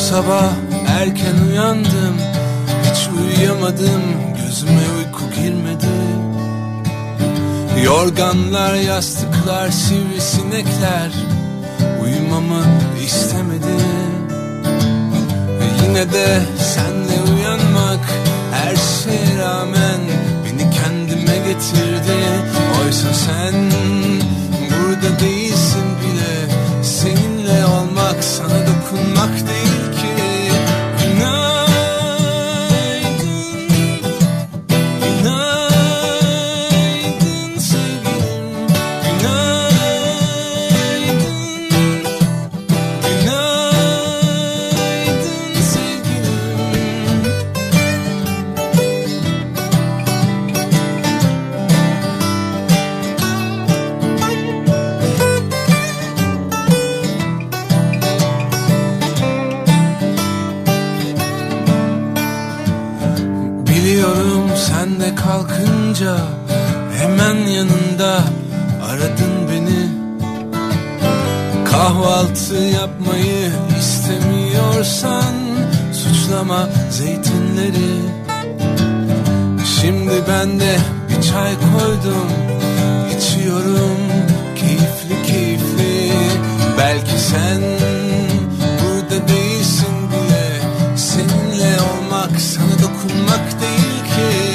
sabah erken uyandım, hiç uyuyamadım, gözüme uyku girmedi. Yorganlar, yastıklar, sivrisinekler uyumamı istemedi. Yine de senle uyanmak her şeye rağmen beni kendime getirdi. Oysa sen burada değilsin bile, seninle olmak sana dokunmak değil ki. Kalkınca hemen yanında aradın beni. Kahvaltı yapmayı istemiyorsan suçlama zeytinleri. Şimdi ben de bir çay koydum, içiyorum keyifli keyifli. Belki sen burada değilsin bile, seninle olmak sana dokunmak değil ki.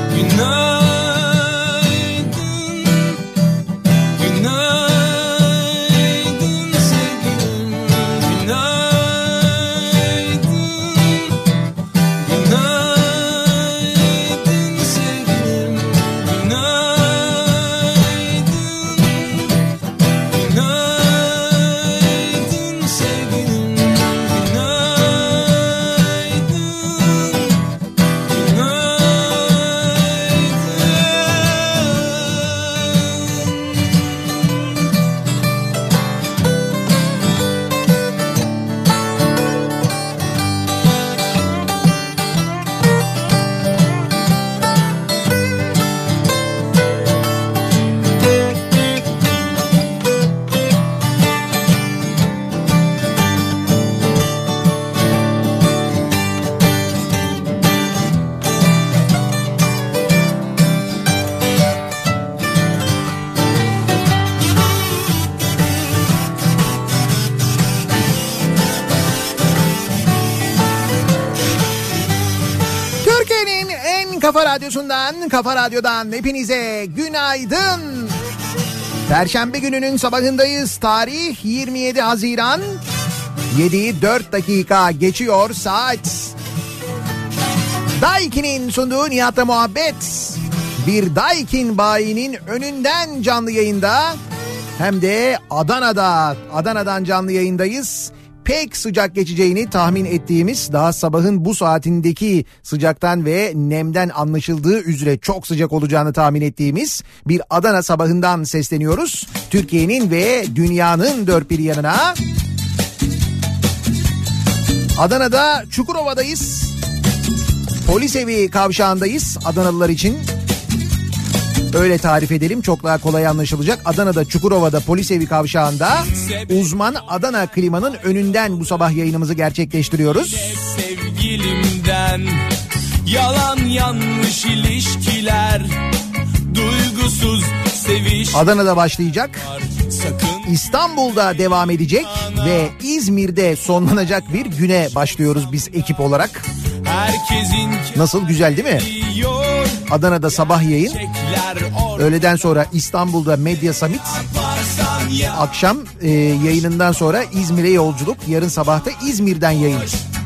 Kafa Radyosu'ndan, Kafa Radyo'dan hepinize günaydın. Perşembe gününün sabahındayız. Tarih 27 Haziran. 7'yi 4 dakika geçiyor saat. Daikin'in sunduğu Nihat'la Muhabbet. Bir Daikin bayinin önünden canlı yayında. Hem de Adana'dan canlı yayındayız. Pek sıcak geçeceğini tahmin ettiğimiz, daha sabahın bu saatindeki sıcaktan ve nemden anlaşıldığı üzere çok sıcak olacağını tahmin ettiğimiz bir Adana sabahından sesleniyoruz. Türkiye'nin ve dünyanın dört bir yanına. Adana'da Çukurova'dayız. Polisevi kavşağındayız Adanalılar için. Öyle tarif edelim, çok daha kolay anlaşılacak. Adana'da Çukurova'da Polisevi kavşağında uzman Adana Klima'nın önünden bu sabah yayınımızı gerçekleştiriyoruz. Sevgilimden yalan yanlış ilişkiler, duygusuz seviş. Adana'da başlayacak, İstanbul'da devam edecek ve İzmir'de sonlanacak bir güne başlıyoruz biz ekip olarak. Nasıl, güzel değil mi? Adana'da sabah yayın, öğleden sonra İstanbul'da Medya Summit, akşam yayınından sonra İzmir'e yolculuk, yarın sabah da İzmir'den yayın.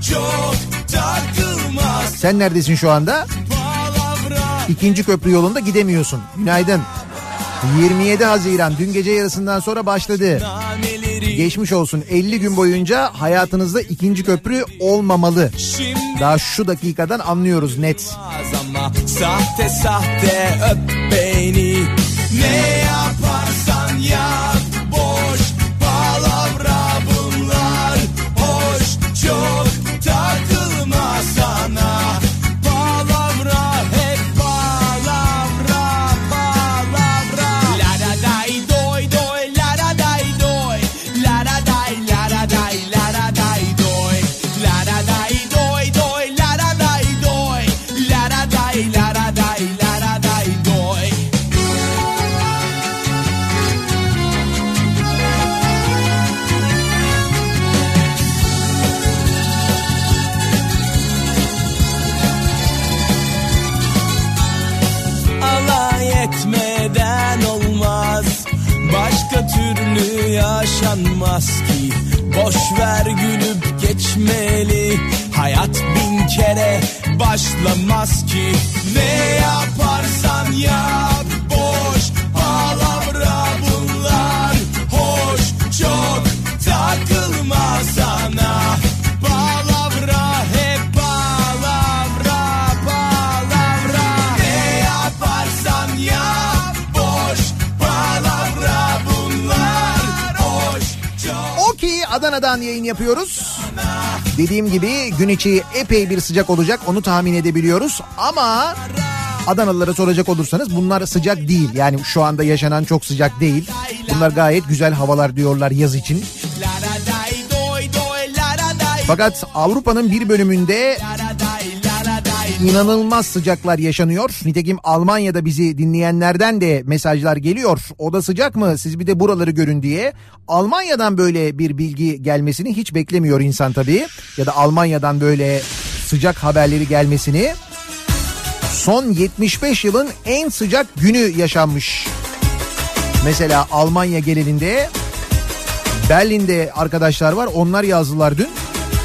Sen neredesin şu anda? İkinci köprü yolunda gidemiyorsun. Günaydın. 27 Haziran dün gece yarısından sonra başladı. Geçmiş olsun, 50 gün boyunca hayatınızda ikinci köprü olmamalı. Daha şu dakikadan anlıyoruz net. Sahte sahte öp beni, ne yaparsan yap, boş palavra bunlar, hoş çok takılma sana, palavra hep palavra, palavra. La da day doy doy, la da day doy, la da day, la da day, la da day doy, la başka türlü yaşanmaz ki. Boş ver gülüp geçmeli. Hayat bin kere başlamaz ki. Ne yaparsan yap boş palavra bunlar. Hoş çok takılma sana. Palavra hep palavra palavra. Ne yaparsan yap boş palavra bunlar. Hoş çok. O ki Adana'dan yayın yapıyoruz. Dediğim gibi gün içi epey bir sıcak olacak, onu tahmin edebiliyoruz. Ama Adanalılara soracak olursanız bunlar sıcak değil. Yani şu anda yaşanan çok sıcak değil. Bunlar gayet güzel havalar diyorlar yaz için. Fakat Avrupa'nın bir bölümünde inanılmaz sıcaklar yaşanıyor. Nitekim Almanya'da bizi dinleyenlerden de mesajlar geliyor. O da sıcak mı? Siz bir de buraları görün diye. Almanya'dan böyle bir bilgi gelmesini hiç beklemiyor insan tabii. Ya da Almanya'dan böyle sıcak haberleri gelmesini. Son 75 yılın en sıcak günü yaşanmış. Mesela Almanya genelinde, Berlin'de arkadaşlar var. Onlar yazdılar dün.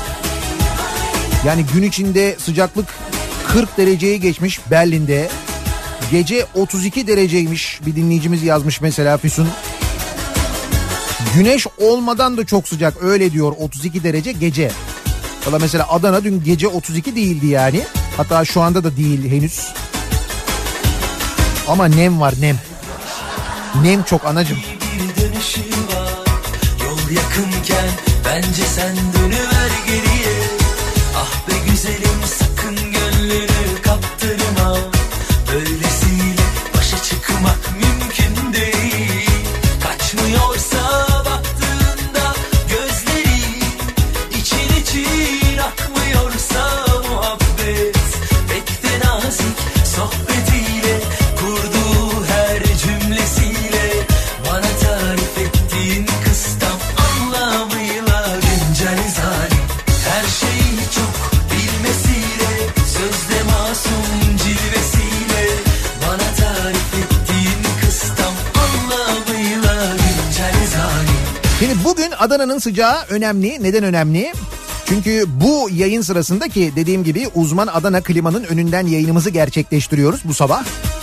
Yani gün içinde sıcaklık 40 dereceyi geçmiş Berlin'de. Gece 32 dereceymiş, bir dinleyicimiz yazmış mesela, Füsun. Güneş olmadan da çok sıcak, öyle diyor, 32 derece gece. Valla mesela Adana dün gece 32 değildi yani. Hatta şu anda da değil henüz. Ama nem var, nem. Nem çok anacığım. Bir dönüşü var. Yol yakınken bence sen dönüver geriye. Ah be güzelim, sakın gönlünü kaptırma. Böylesiyle başa çıkmak mümkün değil. Kaçmıyorsa baktığında gözlerin, için için akmıyorsa muhabbet. Pek de nazik sohbetiyle, kurduğu her cümlesiyle, bana tarif ettiğin kıstam anlamıyla güncel zalim. Her şeyi çok bilmesiyle, sözde masum cilvesiyle, bana tarif ettiğin kıstam anlamıyla güncel zalim. Şimdi bugün Adana'nın sıcağı önemli. Neden önemli? Çünkü bu yayın sırasında, ki dediğim gibi uzman Adana Klima'nın önünden yayınımızı gerçekleştiriyoruz bu sabah.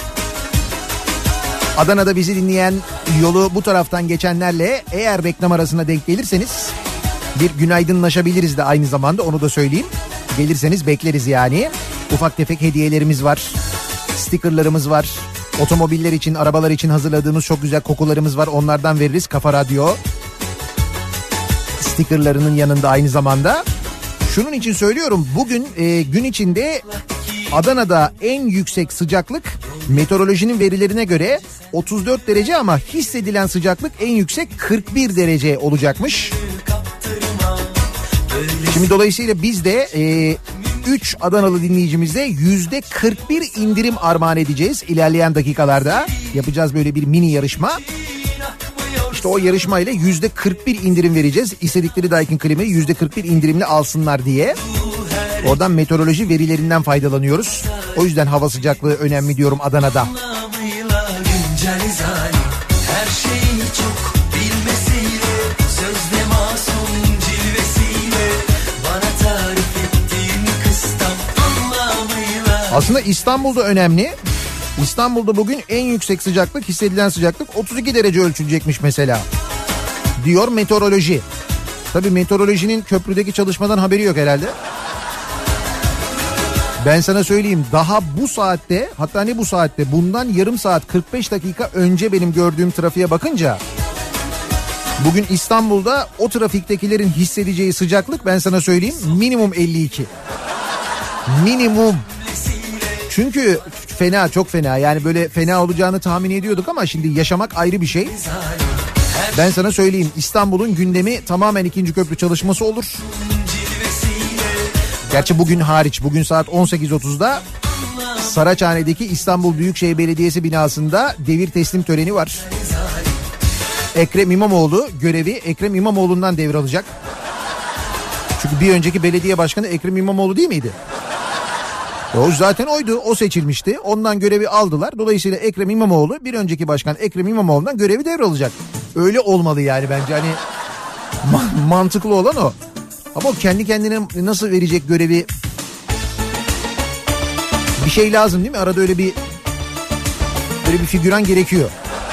Adana'da bizi dinleyen, yolu bu taraftan geçenlerle eğer reklam arasına denk gelirseniz bir günaydınlaşabiliriz de aynı zamanda, onu da söyleyeyim. Gelirseniz bekleriz yani. Ufak tefek hediyelerimiz var. Stickerlarımız var. Otomobiller için, arabalar için hazırladığımız çok güzel kokularımız var. Onlardan veririz. Kafa Radyo stickerlarının yanında aynı zamanda. Şunun için söylüyorum, bugün gün içinde Adana'da en yüksek sıcaklık meteorolojinin verilerine göre 34 derece, ama hissedilen sıcaklık en yüksek 41 derece olacakmış. Şimdi dolayısıyla biz de 3 Adanalı dinleyicimizle %41 indirim armağan edeceğiz. İlerleyen dakikalarda yapacağız böyle bir mini yarışma. İşte o yarışmayla %41 indirim vereceğiz. İstedikleri Daikin klimayı %41 indirimli alsınlar diye. Oradan meteoroloji verilerinden faydalanıyoruz. O yüzden hava sıcaklığı önemli diyorum Adana'da. Her şeyi çok bilmesiyle, sözde masum cilvesiyle, bana tarif ettiğin kıstam anlamıyla. Aslında İstanbul'da önemli. İstanbul'da bugün en yüksek sıcaklık, hissedilen sıcaklık 32 derece ölçülecekmiş mesela. Diyor meteoroloji. Tabii meteorolojinin köprüdeki çalışmadan haberi yok herhalde. Ben sana söyleyeyim, daha bu saatte, hatta ne bu saatte, bundan yarım saat 45 dakika önce benim gördüğüm trafiğe bakınca bugün İstanbul'da o trafiktekilerin hissedeceği sıcaklık, ben sana söyleyeyim, minimum 52. Minimum. Çünkü fena, çok fena, yani böyle fena olacağını tahmin ediyorduk ama şimdi yaşamak ayrı bir şey. Ben sana söyleyeyim, İstanbul'un gündemi tamamen ikinci köprü çalışması olur. Gerçi bugün hariç, bugün saat 18.30'da Saraçhane'deki İstanbul Büyükşehir Belediyesi binasında devir teslim töreni var. Ekrem İmamoğlu görevi Ekrem İmamoğlu'ndan devralacak. Çünkü bir önceki belediye başkanı Ekrem İmamoğlu değil miydi? O zaten oydu, o seçilmişti. Ondan görevi aldılar. Dolayısıyla Ekrem İmamoğlu, bir önceki başkan Ekrem İmamoğlu'ndan görevi devralacak. Öyle olmalı yani bence hani mantıklı olan o. Ama o kendi kendine nasıl verecek görevi, bir şey lazım değil mi? Arada öyle bir figüran gerekiyor.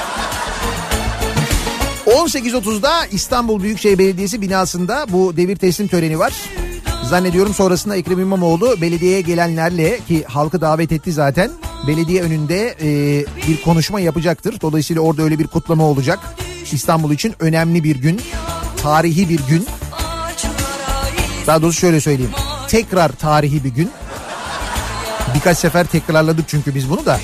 18.30'da İstanbul Büyükşehir Belediyesi binasında bu devir teslim töreni var. Zannediyorum sonrasında Ekrem İmamoğlu belediyeye gelenlerle, ki halkı davet etti zaten, belediye önünde bir konuşma yapacaktır. Dolayısıyla orada öyle bir kutlama olacak. İstanbul için önemli bir gün, tarihi bir gün. Daha doğrusu şöyle söyleyeyim, tekrar tarihi bir gün. Birkaç sefer tekrarladık çünkü biz bunu da.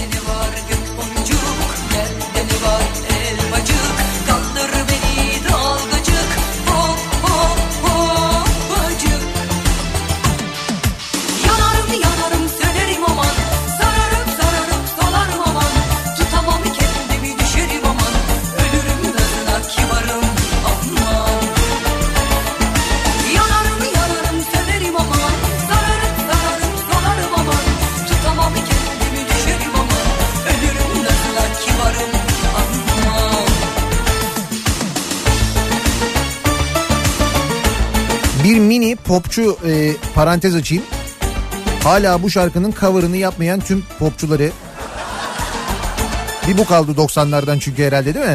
Bir mini popçu parantez açayım. Hala bu şarkının cover'ını yapmayan tüm popçuları, bir bu kaldı 90'lardan çünkü herhalde, değil mi?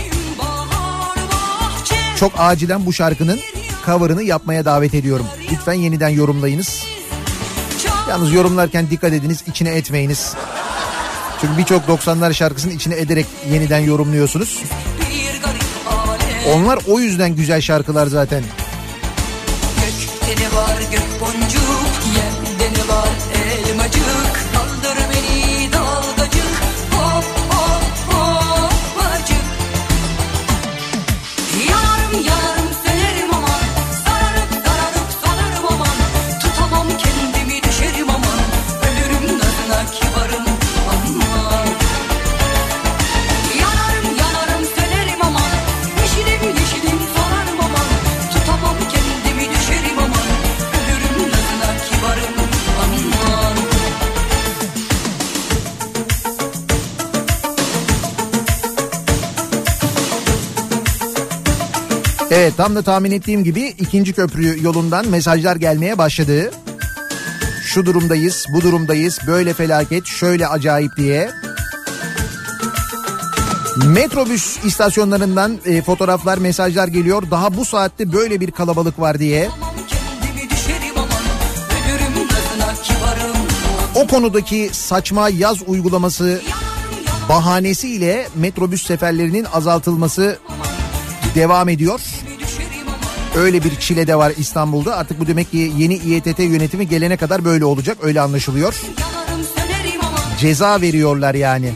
Çok acilen bu şarkının cover'ını yapmaya davet ediyorum. Lütfen yeniden yorumlayınız. Yalnız yorumlarken dikkat ediniz, içine etmeyiniz. Çünkü birçok 90'lar şarkısını içine ederek yeniden yorumluyorsunuz. Onlar o yüzden güzel şarkılar zaten. Gökte var gök boncuk, yerde var elmacık, kaldır beni dalgacık, hop hop hopacık. Yanarım sönerim aman, sararıp solarım aman, tutamam kendimi düşerim aman, ölürüm nazına kibarım aman. Yanarım sönerim aman, yeşilim solarım aman, tutamam kendimi düşerim aman. Evet, tam da tahmin ettiğim gibi ikinci köprü yolundan mesajlar gelmeye başladı. Şu durumdayız, bu durumdayız, böyle felaket, şöyle acayip diye. Metrobüs istasyonlarından fotoğraflar, mesajlar geliyor. Daha bu saatte böyle bir kalabalık var diye. O konudaki saçma yaz uygulaması bahanesiyle metrobüs seferlerinin azaltılması devam ediyor. Öyle bir çile de var İstanbul'da. Artık bu demek ki yeni İETT yönetimi gelene kadar böyle olacak, öyle anlaşılıyor. Ceza veriyorlar yani.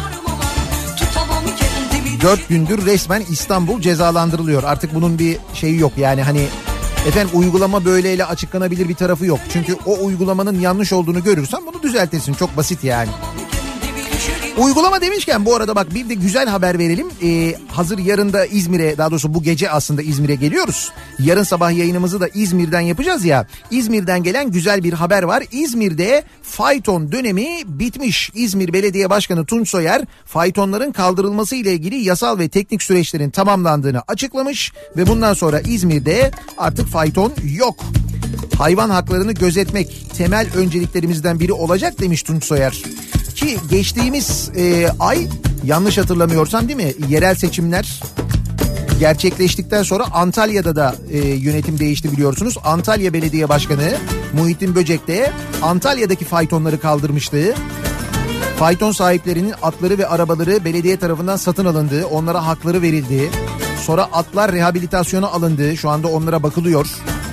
4 gündür resmen İstanbul cezalandırılıyor. Artık bunun bir şeyi yok yani, hani efendim uygulama böyleyle açıklanabilir bir tarafı yok. Çünkü o uygulamanın yanlış olduğunu görürsen bunu düzeltirsin. Çok basit yani. Uygulama demişken bu arada bak bir de güzel haber verelim. Hazır yarın da İzmir'e, daha doğrusu bu gece aslında İzmir'e geliyoruz. Yarın sabah yayınımızı da İzmir'den yapacağız ya. İzmir'den gelen güzel bir haber var. İzmir'de fayton dönemi bitmiş. İzmir Belediye Başkanı Tunç Soyer faytonların kaldırılması ile ilgili yasal ve teknik süreçlerin tamamlandığını açıklamış ve bundan sonra İzmir'de artık fayton yok. Hayvan haklarını gözetmek temel önceliklerimizden biri olacak demiş Tunç Soyer. Ki geçtiğimiz ay yanlış hatırlamıyorsam değil mi, yerel seçimler gerçekleştikten sonra Antalya'da da yönetim değişti biliyorsunuz. Antalya Belediye Başkanı Muhittin Böcek de Antalya'daki faytonları kaldırmıştı. Fayton sahiplerinin atları ve arabaları belediye tarafından satın alındı, onlara hakları verildi. Sonra atlar rehabilitasyona alındı, şu anda onlara bakılıyor.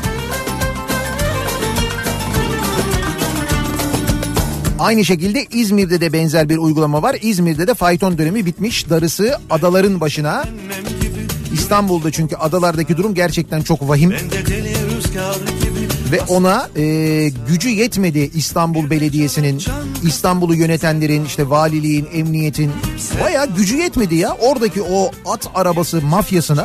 Aynı şekilde İzmir'de de benzer bir uygulama var. İzmir'de de fayton dönemi bitmiş. Darısı adaların başına. İstanbul'da çünkü adalardaki durum gerçekten çok vahim. Ve ona gücü yetmedi İstanbul Belediyesi'nin, İstanbul'u yönetenlerin, işte valiliğin, emniyetin. Bayağı gücü yetmedi ya. Oradaki o at arabası mafyasına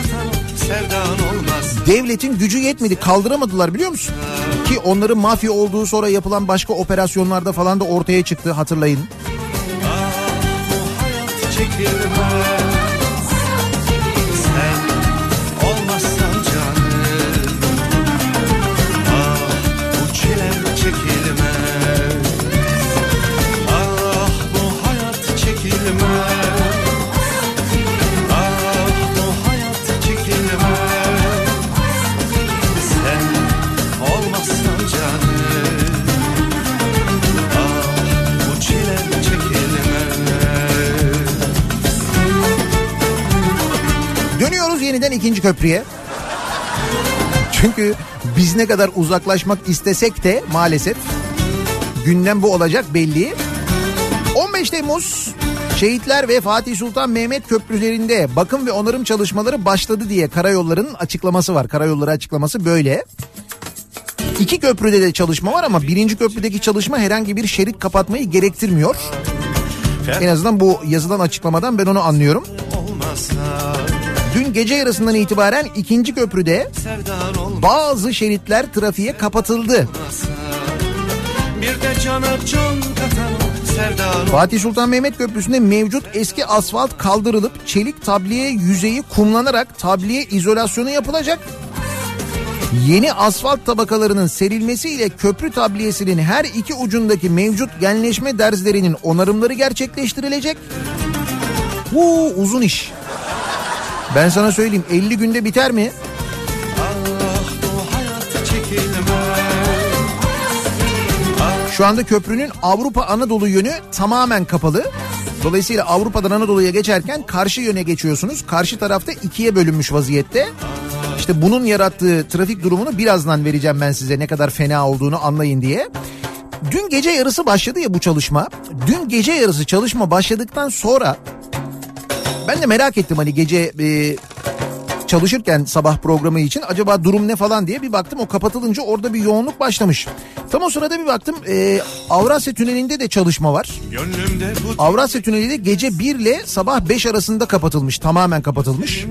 devletin gücü yetmedi, kaldıramadılar biliyor musun? Ki onların mafya olduğu sonra yapılan başka operasyonlarda falan da ortaya çıktı, hatırlayın. ikinci köprüye. Çünkü biz ne kadar uzaklaşmak istesek de maalesef gündem bu olacak belli. 15 Temmuz Şehitler ve Fatih Sultan Mehmet köprülerinde bakım ve onarım çalışmaları başladı diye Karayolları'nın açıklaması var. Karayolları açıklaması böyle. 2 köprüde de çalışma var ama 1. köprüdeki çalışma herhangi bir şerit kapatmayı gerektirmiyor. En azından bu yazılan açıklamadan ben onu anlıyorum. Dün gece yarısından itibaren 2. köprüde bazı şeritler trafiğe kapatıldı. Fatih Sultan Mehmet Köprüsü'nde mevcut eski asfalt kaldırılıp çelik tabliye yüzeyi kumlanarak tabliye izolasyonu yapılacak. Yeni asfalt tabakalarının serilmesiyle köprü tabliyesinin her iki ucundaki mevcut genleşme derzlerinin onarımları gerçekleştirilecek. Bu uzun iş. Ben sana söyleyeyim, 50 günde biter mi? Şu anda köprünün Avrupa Anadolu yönü tamamen kapalı. Dolayısıyla Avrupa'dan Anadolu'ya geçerken karşı yöne geçiyorsunuz. Karşı tarafta ikiye bölünmüş vaziyette. İşte bunun yarattığı trafik durumunu birazdan vereceğim ben size, ne kadar fena olduğunu anlayın diye. Dün gece yarısı başladı ya bu çalışma. Dün gece yarısı çalışma başladıktan sonra ben de merak ettim, hani gece çalışırken sabah programı için acaba durum ne falan diye bir baktım. O kapatılınca orada bir yoğunluk başlamış. Tam o sırada bir baktım Avrasya Tüneli'nde de çalışma var. Avrasya Tüneli de gece 1 ile sabah 5 arasında kapatılmış. Tamamen kapatılmış.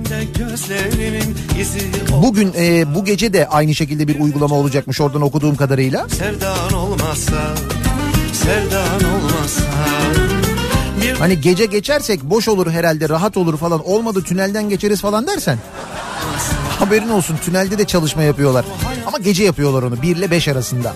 Bugün bu gece de aynı şekilde bir uygulama olacakmış oradan okuduğum kadarıyla. Sevdan olmazsa, sevdan olmazsa. Hani gece geçersek boş olur herhalde, rahat olur falan, olmadı tünelden geçeriz falan dersen haberin olsun, tünelde de çalışma yapıyorlar. Ama gece yapıyorlar onu 1 ile 5 arasında.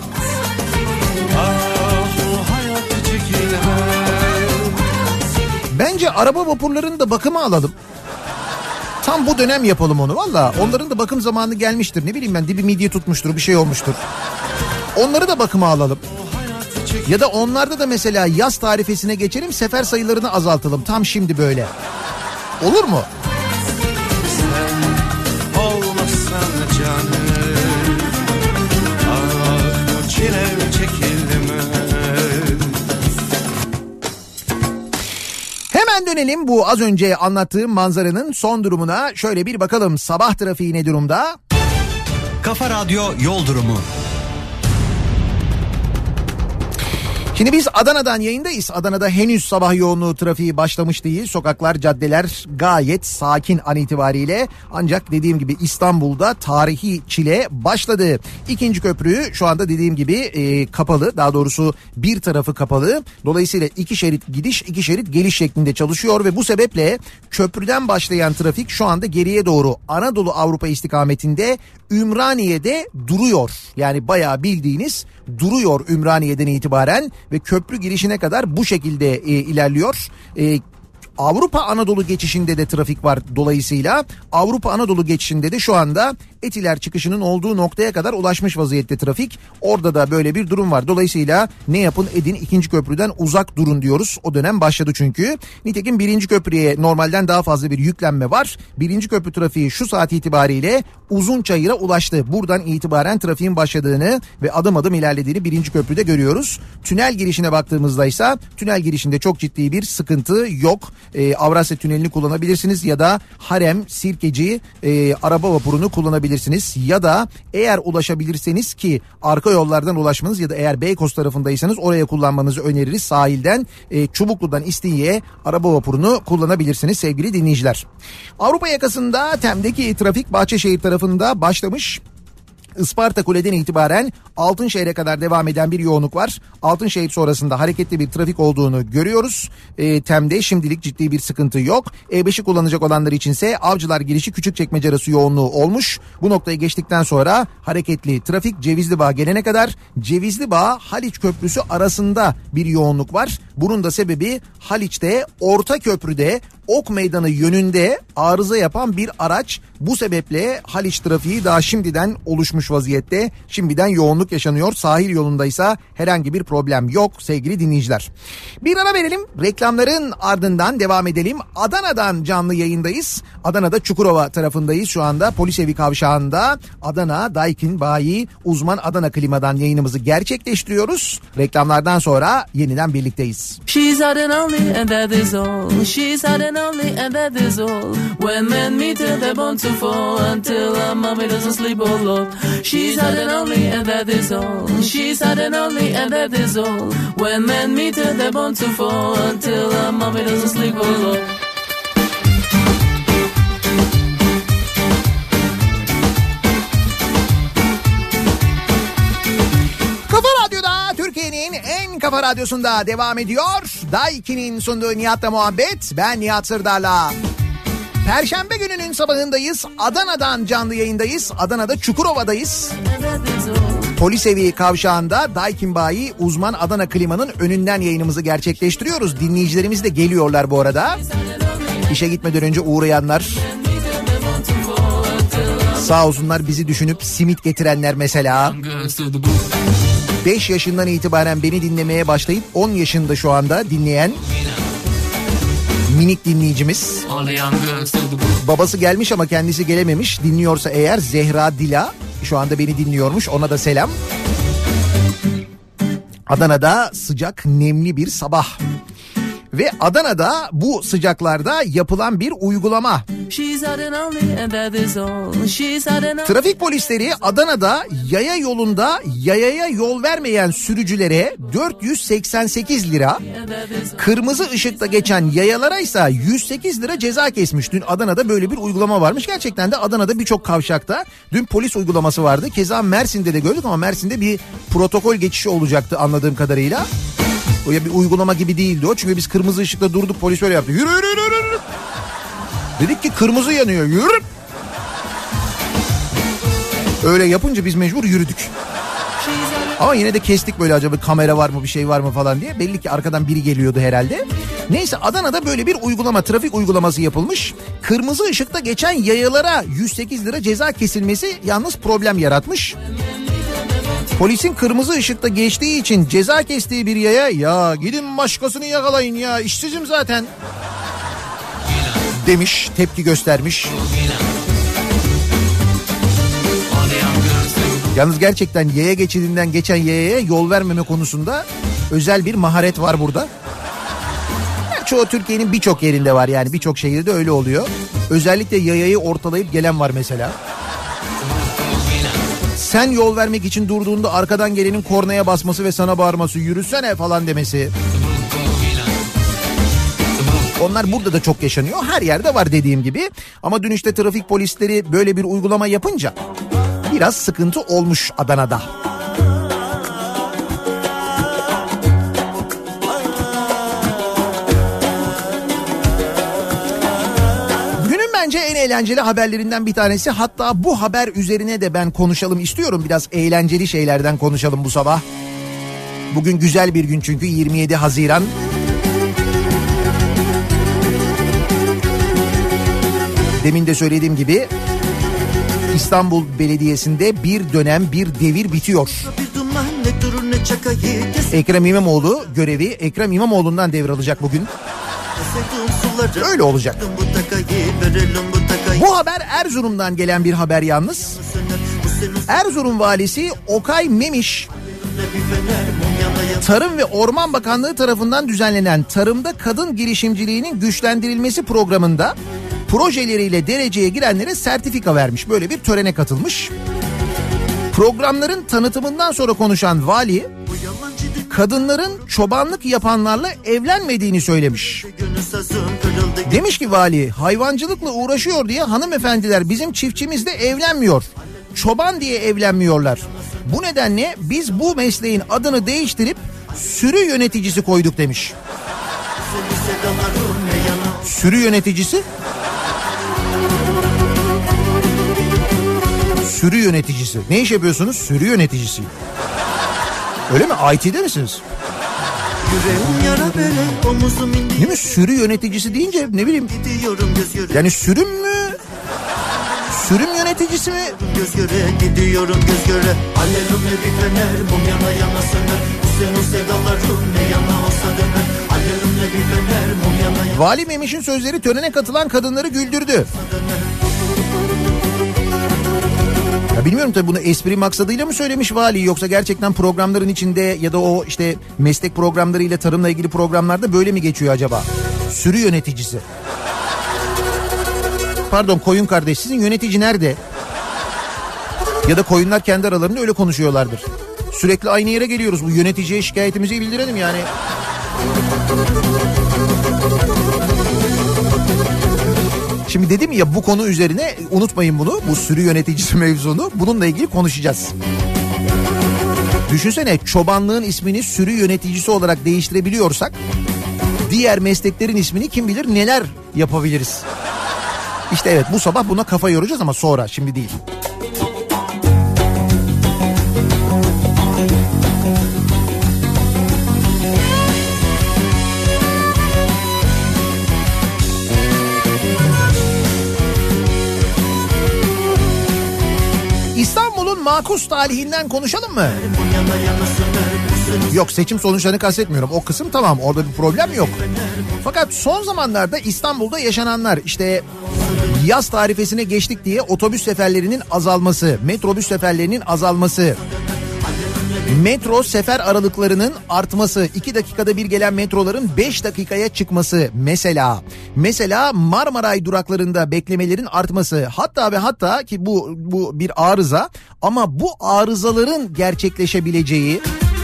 Bence araba vapurlarını da bakıma alalım. Tam bu dönem yapalım onu valla. Onların da bakım zamanı gelmiştir. Ne bileyim ben, dibi midye tutmuştur, bir şey olmuştur. Onları da bakıma alalım. Ya da onlarda da mesela yaz tarifesine geçelim, sefer sayılarını azaltalım. Tam şimdi böyle. Olur mu? Sen olmazsan canım, ah bu çilem çekildi mi? Hemen dönelim bu az önce anlattığım manzaranın son durumuna. Şöyle bir bakalım, sabah trafiği ne durumda? Kafa Radyo Yol Durumu. Şimdi biz Adana'dan yayındayız. Adana'da henüz sabah yoğunluğu trafiği başlamış değil. Sokaklar, caddeler gayet sakin an itibariyle. Ancak dediğim gibi İstanbul'da tarihi çile başladı. 2. köprü şu anda dediğim gibi kapalı. Daha doğrusu bir tarafı kapalı. Dolayısıyla 2 şerit gidiş, 2 şerit geliş şeklinde çalışıyor ve bu sebeple köprüden başlayan trafik şu anda geriye doğru Anadolu Avrupa istikametinde Ümraniye'de duruyor. Yani bayağı bildiğiniz duruyor Ümraniye'den itibaren ve köprü girişine kadar bu şekilde ilerliyor. Avrupa Anadolu geçişinde de trafik var, dolayısıyla Avrupa Anadolu geçişinde de şu anda Etiler çıkışının olduğu noktaya kadar ulaşmış vaziyette trafik. Orada da böyle bir durum var. Dolayısıyla ne yapın edin 2. köprüden uzak durun diyoruz. O dönem başladı çünkü. Nitekim 1. köprüye normalden daha fazla bir yüklenme var. 1. köprü trafiği şu saat itibariyle Uzunçayır'a ulaştı. Buradan itibaren trafiğin başladığını ve adım adım ilerlediğini 1. köprüde görüyoruz. Tünel girişine baktığımızda ise tünel girişinde çok ciddi bir sıkıntı yok. Avrasya Tüneli'ni kullanabilirsiniz ya da Harem, Sirkeci araba vapurunu kullanabilirsiniz. Ya da eğer ulaşabilirseniz, ki arka yollardan ulaşmanız ya da eğer Beykoz tarafındaysanız oraya kullanmanızı öneririz. Sahilden Çubuklu'dan İstinye'ye araba vapurunu kullanabilirsiniz sevgili dinleyiciler. Avrupa yakasında Tem'deki trafik Bahçeşehir tarafında başlamış. Isparta Kule'den itibaren Altınşehir'e kadar devam eden bir yoğunluk var. Altınşehir sonrasında hareketli bir trafik olduğunu görüyoruz. Tem'de şimdilik ciddi bir sıkıntı yok. E5'i kullanacak olanlar içinse Avcılar girişi Küçükçekmece arası yoğunluğu olmuş. Bu noktayı geçtikten sonra hareketli trafik Cevizlibağ gelene kadar Cevizlibağ Haliç Köprüsü arasında bir yoğunluk var. Bunun da sebebi Haliç'te Orta Köprüde Ok Meydanı yönünde arıza yapan bir araç. Bu sebeple Haliç trafiği daha şimdiden oluşmuş olmuş vaziyette. Şimdiden yoğunluk yaşanıyor. Sahil yolundaysa herhangi bir problem yok sevgili dinleyiciler. Bir ara verelim. Reklamların ardından devam edelim. Adana'dan canlı yayındayız. Adana'da Çukurova tarafındayız şu anda. Polis evi kavşağında Adana Daikin Bayi uzman Adana Klima'dan yayınımızı gerçekleştiriyoruz. Reklamlardan sonra yeniden birlikteyiz. She's hot and only and that is all. She's hot and only and that is all. When men meet her they're born to fall until her mommy doesn't sleep alone. She's hot and only and that is all. She's hot and only and that is all. When men meet her they're born to fall until her mommy doesn't sleep alone. Türkiye'nin en kafa radyosunda devam ediyor. Daiki'nin sunduğu Nihat'la muhabbet. Ben Nihat Sırdar'la. Perşembe gününün sabahındayız. Adana'dan canlı yayındayız. Adana'da Çukurova'dayız. Polis evi kavşağında Daikin Bayi uzman Adana Klima'nın önünden yayınımızı gerçekleştiriyoruz. Dinleyicilerimiz de geliyorlar bu arada. İşe gitmeden önce uğrayanlar. Sağ olsunlar bizi düşünüp simit getirenler mesela. 5 yaşından itibaren beni dinlemeye başlayıp 10 yaşında şu anda dinleyen minik dinleyicimiz. Babası gelmiş ama kendisi gelememiş. Dinliyorsa eğer Zehra Dila şu anda beni dinliyormuş. Ona da selam. Adana'da sıcak, nemli bir sabah. Ve Adana'da bu sıcaklarda yapılan bir uygulama. Trafik polisleri Adana'da yaya yolunda yayaya yol vermeyen sürücülere 488 lira, kırmızı ışıkta geçen yayalara ise 108 lira ceza kesmiş. Dün Adana'da böyle bir uygulama varmış. Gerçekten de Adana'da birçok kavşakta dün polis uygulaması vardı. Keza Mersin'de de gördük ama Mersin'de bir protokol geçişi olacaktı anladığım kadarıyla. O ya bir uygulama gibi değildi o. Çünkü biz kırmızı ışıkta durduk, polis öyle yaptı. Yürü yürü yürü yürü. Dedik ki kırmızı yanıyor, yürü. Öyle yapınca biz mecbur yürüdük. Ama yine de kestik böyle, acaba kamera var mı bir şey var mı falan diye. Belli ki arkadan biri geliyordu herhalde. Neyse Adana'da böyle bir uygulama, trafik uygulaması yapılmış. Kırmızı ışıkta geçen yayalara 108 lira ceza kesilmesi yalnız problem yaratmış. Polisin kırmızı ışıkta geçtiği için ceza kestiği bir yaya, ya gidin başkasını yakalayın ya, işsizim zaten demiş, tepki göstermiş. Yalnız gerçekten yaya geçidinden geçen yayaya yol vermeme konusunda özel bir maharet var burada. Çoğu Türkiye'nin birçok yerinde var, yani birçok şehirde öyle oluyor. Özellikle yayayı ortalayıp gelen var mesela. Sen yol vermek için durduğunda arkadan gelenin kornaya basması ve sana bağırması, yürüsene falan demesi. Onlar burada da çok yaşanıyor. Her yerde var dediğim gibi. Ama dün işte trafik polisleri böyle bir uygulama yapınca biraz sıkıntı olmuş Adana'da. Bence en eğlenceli haberlerinden bir tanesi, hatta bu haber üzerine de ben konuşalım istiyorum. Biraz eğlenceli şeylerden konuşalım bu sabah. Bugün güzel bir gün çünkü 27 Haziran. Demin de söylediğim gibi İstanbul Belediyesi'nde bir dönem, bir devir bitiyor. Ekrem İmamoğlu görevi Ekrem İmamoğlu'ndan devralacak bugün. Öyle olacak. Bu haber Erzurum'dan gelen bir haber yalnız. Erzurum valisi Okay Memiş, Tarım ve Orman Bakanlığı tarafından düzenlenen tarımda kadın girişimciliğinin güçlendirilmesi programında projeleriyle dereceye girenlere sertifika vermiş. Böyle bir törene katılmış. Programların tanıtımından sonra konuşan vali, kadınların çobanlık yapanlarla evlenmediğini söylemiş. Demiş ki vali, hayvancılıkla uğraşıyor diye hanımefendiler bizim çiftçimizde evlenmiyor. Çoban diye evlenmiyorlar. Bu nedenle biz bu mesleğin adını değiştirip sürü yöneticisi koyduk demiş. Sürü yöneticisi? Sürü yöneticisi. Ne iş yapıyorsunuz? Sürü yöneticisi. Öyle mi? IT'de misiniz? Değil mi? Sürü yöneticisi deyince ne bileyim. Yani sürüm mü? Sürüm yöneticisi mi? Göz göre gidiyorum göz göre. Alelumle bir fener mum yana yana söner. Sen o sevdalarım ne yana olsa döner. Alelumle bir fener mum yana yana. Vali Memiş'in sözleri törene katılan kadınları güldürdü. Ya bilmiyorum tabii bunu espri maksadıyla mı söylemiş vali, yoksa gerçekten programların içinde ya da o işte meslek programlarıyla tarımla ilgili programlarda böyle mi geçiyor acaba? Sürü yöneticisi. Pardon koyun kardeş, sizin yönetici nerede? Ya da koyunlar kendi aralarında öyle konuşuyorlardır. Sürekli aynı yere geliyoruz, bu yöneticiye şikayetimizi bildirelim yani. Şimdi dedim ya, bu konu üzerine unutmayın bunu, bu sürü yöneticisi mevzunu, bununla ilgili konuşacağız. Düşünsene, çobanlığın ismini sürü yöneticisi olarak değiştirebiliyorsak diğer mesleklerin ismini kim bilir neler yapabiliriz. İşte evet, bu sabah buna kafa yoracağız ama sonra, şimdi değil. İstanbul'un makus talihinden konuşalım mı? Yok, seçim sonuçlarını kastetmiyorum. O kısım tamam, orada bir problem yok. Fakat son zamanlarda İstanbul'da yaşananlar, işte yaz tarifesine geçtik diye otobüs seferlerinin azalması, metrobüs seferlerinin azalması, metro sefer aralıklarının artması, 2 dakikada bir gelen metroların 5 dakikaya çıkması mesela Marmaray duraklarında beklemelerin artması, hatta ve hatta ki bu bir arıza ama bu arızaların gerçekleşebileceği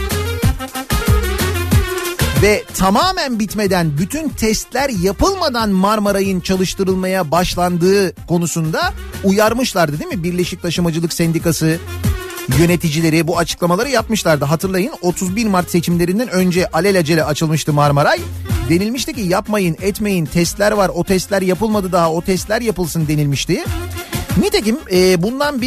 ve tamamen bitmeden, bütün testler yapılmadan Marmaray'ın çalıştırılmaya başlandığı konusunda uyarmışlardı değil mi? Birleşik Taşımacılık Sendikası yöneticileri bu açıklamaları yapmışlardı. Hatırlayın, 31 Mart seçimlerinden önce alelacele açılmıştı Marmaray. Denilmişti ki yapmayın, etmeyin, testler var, o testler yapılmadı daha, o testler yapılsın denilmişti. Nitekim bundan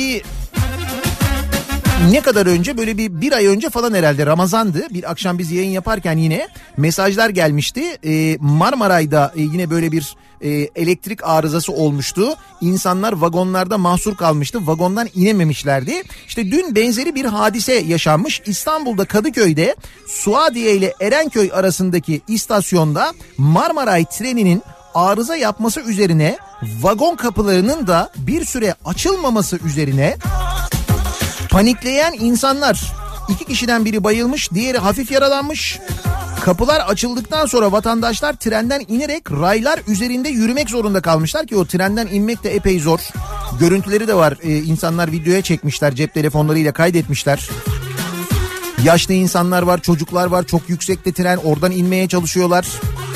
ne kadar önce, böyle bir ay önce falan herhalde, Ramazan'dı. Bir akşam biz yayın yaparken yine mesajlar gelmişti. Marmaray'da yine böyle bir elektrik arızası olmuştu. İnsanlar vagonlarda mahsur kalmıştı. Vagondan inememişlerdi. İşte dün benzeri bir hadise yaşanmış. İstanbul'da Kadıköy'de Suadiye ile Erenköy arasındaki istasyonda Marmaray treninin arıza yapması üzerine, vagon kapılarının da bir süre açılmaması üzerine panikleyen insanlar, 2 kişiden biri bayılmış, diğeri hafif yaralanmış. Kapılar açıldıktan sonra vatandaşlar trenden inerek raylar üzerinde yürümek zorunda kalmışlar ki o trenden inmek de epey zor. Görüntüleri de var, insanlar videoya çekmişler, cep telefonlarıyla kaydetmişler. Yaşlı insanlar var, çocuklar var, çok yüksekte tren, oradan inmeye çalışıyorlar.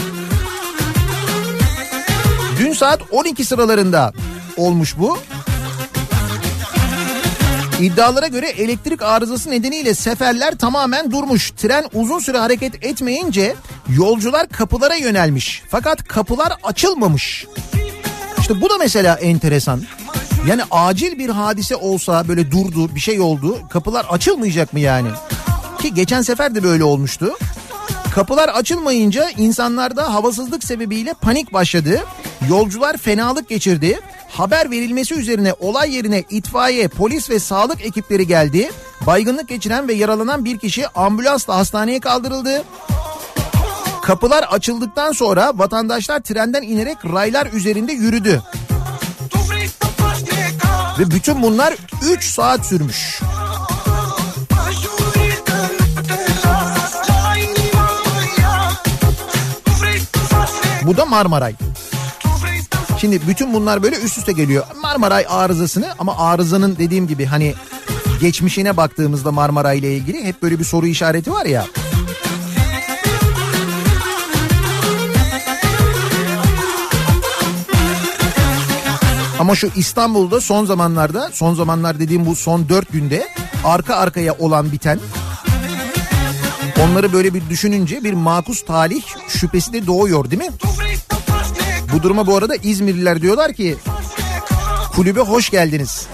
Dün saat 12 sıralarında olmuş bu. İddialara göre elektrik arızası nedeniyle seferler tamamen durmuş. Tren uzun süre hareket etmeyince yolcular kapılara yönelmiş. Fakat kapılar açılmamış. İşte bu da mesela enteresan. Yani acil bir hadise olsa, böyle durdu, bir şey oldu, kapılar açılmayacak mı yani? Ki geçen sefer de böyle olmuştu. Kapılar açılmayınca insanlarda havasızlık sebebiyle panik başladı. Yolcular fenalık geçirdi. Haber verilmesi üzerine olay yerine itfaiye, polis ve sağlık ekipleri geldi. Baygınlık geçiren ve yaralanan bir kişi ambulansla hastaneye kaldırıldı. Kapılar açıldıktan sonra vatandaşlar trenden inerek raylar üzerinde yürüdü. Ve bütün bunlar 3 saat sürmüş. Bu da Marmaray. Şimdi bütün bunlar böyle üst üste geliyor. Marmaray arızasını, ama arızanın dediğim gibi hani geçmişine baktığımızda Marmaray ile ilgili hep böyle bir soru işareti var ya. Ama şu İstanbul'da son zamanlar dediğim bu son 4 günde arka arkaya olan biten, onları böyle bir düşününce bir makus talih şüphesi de doğuyor değil mi? Bu duruma bu arada İzmirliler diyorlar ki kulübe hoş geldiniz.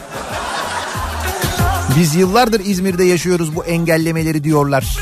Biz yıllardır İzmir'de yaşıyoruz bu engellemeleri diyorlar.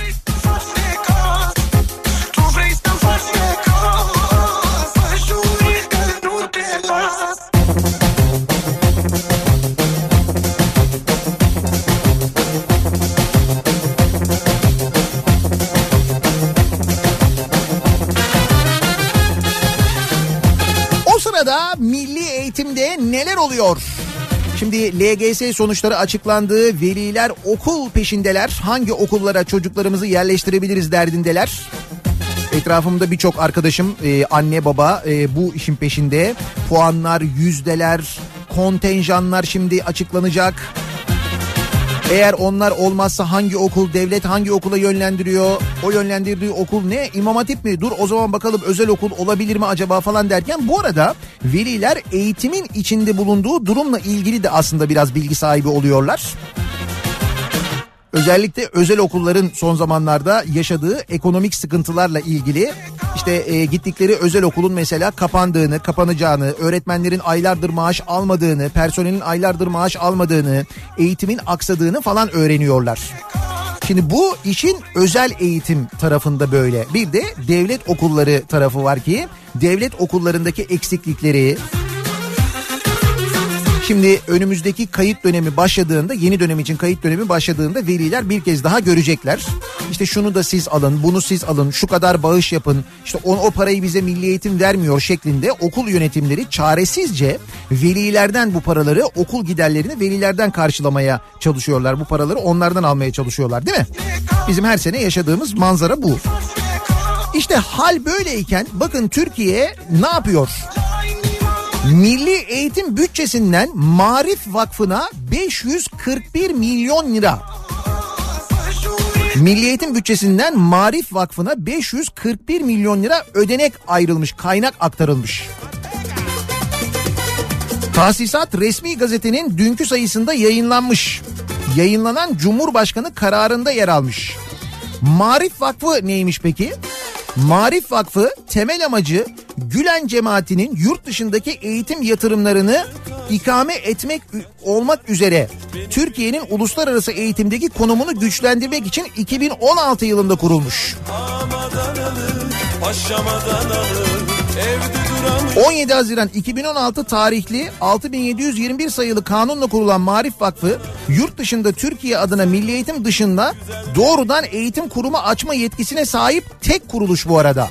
Adana'da milli eğitimde neler oluyor? Şimdi LGS sonuçları açıklandı. Veliler okul peşindeler. Hangi okullara çocuklarımızı yerleştirebiliriz derdindeler. Etrafımda birçok arkadaşım anne baba bu işin peşinde. Puanlar, yüzdeler, kontenjanlar şimdi açıklanacak. Eğer onlar olmazsa hangi okul, devlet hangi okula yönlendiriyor? O yönlendirdiği okul ne? İmam Hatip mi? Dur o zaman bakalım özel okul olabilir mi acaba falan derken bu arada veliler eğitimin içinde bulunduğu durumla ilgili de aslında biraz bilgi sahibi oluyorlar. Özellikle özel okulların son zamanlarda yaşadığı ekonomik sıkıntılarla ilgili işte gittikleri özel okulun mesela kapandığını, kapanacağını, öğretmenlerin aylardır maaş almadığını, personelin aylardır maaş almadığını, eğitimin aksadığını falan öğreniyorlar. Şimdi bu işin özel eğitim tarafında böyle. Bir de devlet okulları tarafı var ki devlet okullarındaki eksiklikleri... Şimdi önümüzdeki kayıt dönemi başladığında, yeni dönem için kayıt dönemi başladığında veliler bir kez daha görecekler. İşte şunu da siz alın, bunu siz alın, şu kadar bağış yapın, işte o parayı bize milli eğitim vermiyor şeklinde okul yönetimleri çaresizce velilerden bu paraları, okul giderlerini velilerden karşılamaya çalışıyorlar. Bu paraları onlardan almaya çalışıyorlar, değil mi? Bizim her sene yaşadığımız manzara bu. İşte hal böyleyken bakın Türkiye ne yapıyor? Milli Eğitim bütçesinden Maarif Vakfı'na 541 milyon lira. Milli Eğitim bütçesinden Maarif Vakfı'na 541 milyon lira ödenek ayrılmış, kaynak aktarılmış. Tahsisat resmi gazetenin dünkü sayısında yayınlanmış. Yayınlanan Cumhurbaşkanı kararında yer almış. Maarif Vakfı neymiş peki? Maarif Vakfı temel amacı Gülen cemaatinin yurt dışındaki eğitim yatırımlarını ikame etmek olmak üzere Türkiye'nin uluslararası eğitimdeki konumunu güçlendirmek için 2016 yılında kurulmuş. 17 Haziran 2016 tarihli 6721 sayılı kanunla kurulan Maarif Vakfı yurt dışında Türkiye adına milli eğitim dışında doğrudan eğitim kurumu açma yetkisine sahip tek kuruluş bu arada.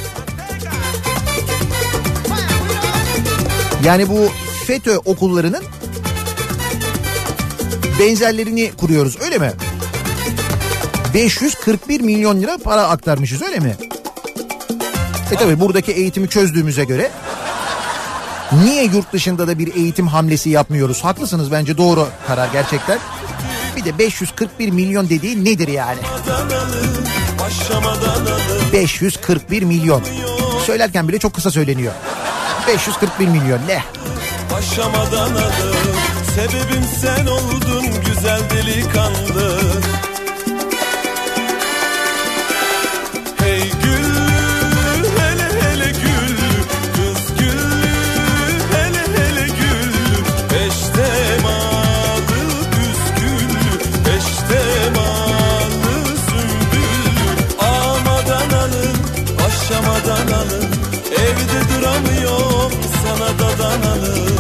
Yani bu FETÖ okullarının benzerlerini kuruyoruz, öyle mi? 541 milyon lira para aktarmışız, öyle mi? Tabii buradaki eğitimi çözdüğümüze göre niye yurt dışında da bir eğitim hamlesi yapmıyoruz? Haklısınız, bence doğru karar gerçekten. Bir de 541 milyon dediği nedir yani? 541 milyon. Söylerken bile çok kısa söyleniyor. 541 milyon ne? Aşamadan adım, sebebim sen oldun güzel delikanlı. Hey gül, hele hele gül, kız gül, hele hele gül. Peştemalı püskül, peştemalı sümbül. Almadan alın, aşamadan alın, evde duramıyorum sana dadanalım.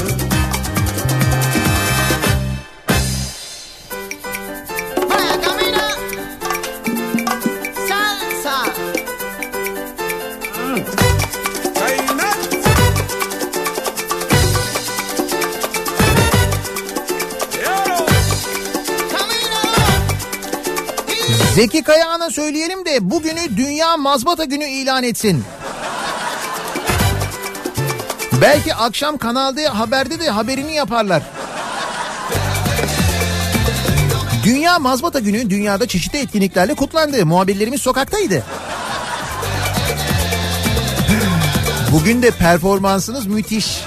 Zeki Kayağan'a söyleyelim de bugünü Dünya Mazbata Günü ilan etsin. Belki akşam Kanal D Haber'de de haberini yaparlar. Dünya Mazbata Günü dünyada çeşitli etkinliklerle kutlandı. Muhabirlerimiz sokaktaydı. Bugün de performansınız müthiş.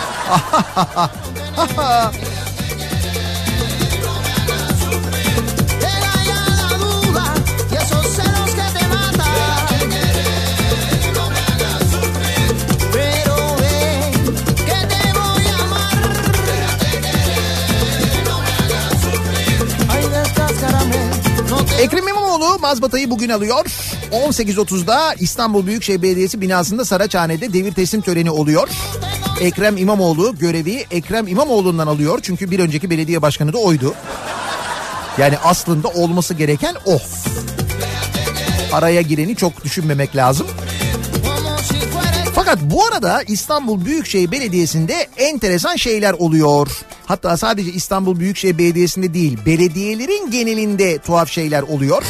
Ekrem İmamoğlu mazbatayı bugün alıyor. 18.30'da İstanbul Büyükşehir Belediyesi binasında Saraçhane'de devir teslim töreni oluyor. Ekrem İmamoğlu görevi Ekrem İmamoğlu'ndan alıyor. Çünkü bir önceki belediye başkanı da oydu. Yani aslında olması gereken o. Araya gireni çok düşünmemek lazım. Fakat bu arada İstanbul Büyükşehir Belediyesi'nde enteresan şeyler oluyor. Hatta sadece İstanbul Büyükşehir Belediyesi'nde değil, belediyelerin genelinde tuhaf şeyler oluyor.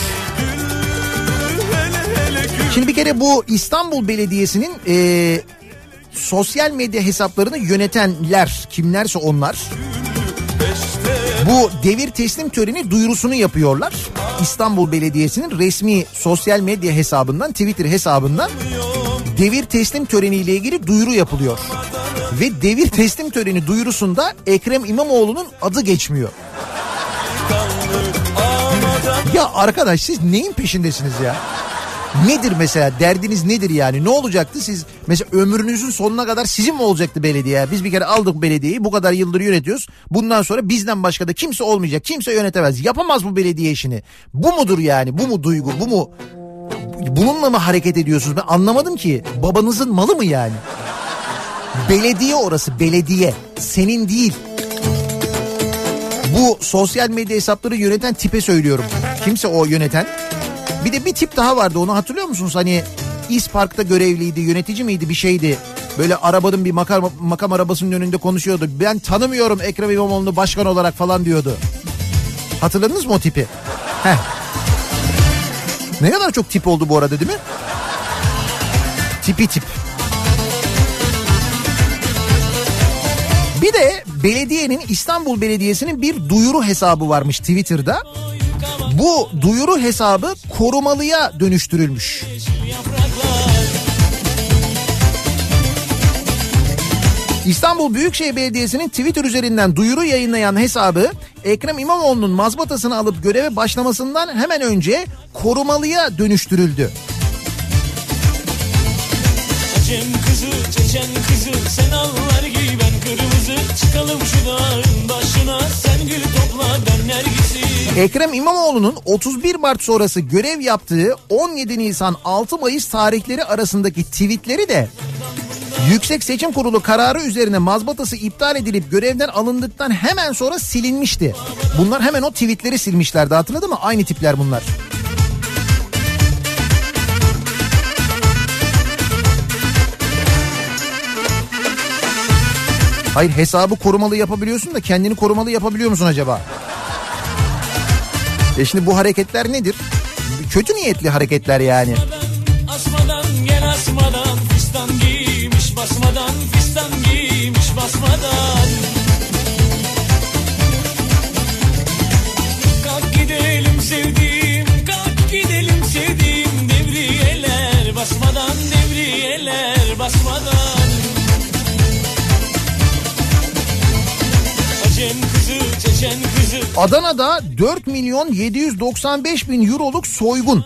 Şimdi bir kere bu İstanbul Belediyesi'nin sosyal medya hesaplarını yönetenler, kimlerse onlar, bu devir teslim töreni duyurusunu yapıyorlar. İstanbul Belediyesi'nin resmi sosyal medya hesabından, Twitter hesabından devir teslim töreniyle ilgili duyuru yapılıyor. Ve devir teslim töreni duyurusunda Ekrem İmamoğlu'nun adı geçmiyor. Ya arkadaş, siz neyin peşindesiniz ya? Nedir mesela, derdiniz nedir yani? Ne olacaktı siz mesela, ömrünüzün sonuna kadar sizin mi olacaktı belediye? Biz bir kere aldık belediyeyi, bu kadar yıldır yönetiyoruz. Bundan sonra bizden başka da kimse olmayacak, kimse yönetemez, yapamaz bu belediye işini. Bu mudur yani, bu mu duygu, bu mu? Bununla mı hareket ediyorsunuz? Ben anlamadım ki. Babanızın malı mı yani? Belediye orası, belediye. Senin değil. Bu sosyal medya hesapları yöneten tipe söylüyorum. Kimse o yöneten. Bir de bir tip daha vardı, onu hatırlıyor musunuz? Hani İspark'ta görevliydi, yönetici miydi, bir şeydi. Böyle arabanın bir makam arabasının önünde konuşuyordu. Ben tanımıyorum Ekrem İmamoğlu'nu başkan olarak falan diyordu. Hatırladınız mı o tipi? Heh. Ne kadar çok tip oldu bu arada, değil mi? Tipi tip. Bir de belediyenin, İstanbul Belediyesi'nin bir duyuru hesabı varmış Twitter'da. Bu duyuru hesabı korumalıya dönüştürülmüş. İstanbul Büyükşehir Belediyesi'nin Twitter üzerinden duyuru yayınlayan hesabı Ekrem İmamoğlu'nun mazbatasını alıp göreve başlamasından hemen önce korumalıya dönüştürüldü. Çeçen kızı, Çeçen kızı, sen allar giy ben kırmızı, çıkalım şu dağın başına, sen gül topla ben nergisi. Ekrem İmamoğlu'nun 31 Mart sonrası görev yaptığı 17 Nisan 6 Mayıs tarihleri arasındaki tweetleri de Yüksek Seçim Kurulu kararı üzerine mazbatası iptal edilip görevden alındıktan hemen sonra silinmişti. Bunlar hemen o tweetleri silmişlerdi, hatırladın mı? Aynı tipler bunlar. Hayır, hesabı korumalı yapabiliyorsun da kendini korumalı yapabiliyor musun acaba? Şimdi bu hareketler nedir? Kötü niyetli hareketler yani. Asmadan gel asmadan, fistan giymiş basmadan, fistan giymiş basmadan. Kalk gidelim sevdiğim, kalk gidelim sevdiğim, devriyeler basmadan, devriyeler basmadan. Acem kızı, Çeçen kızı. Adana'da 4.795.000 euroluk soygun.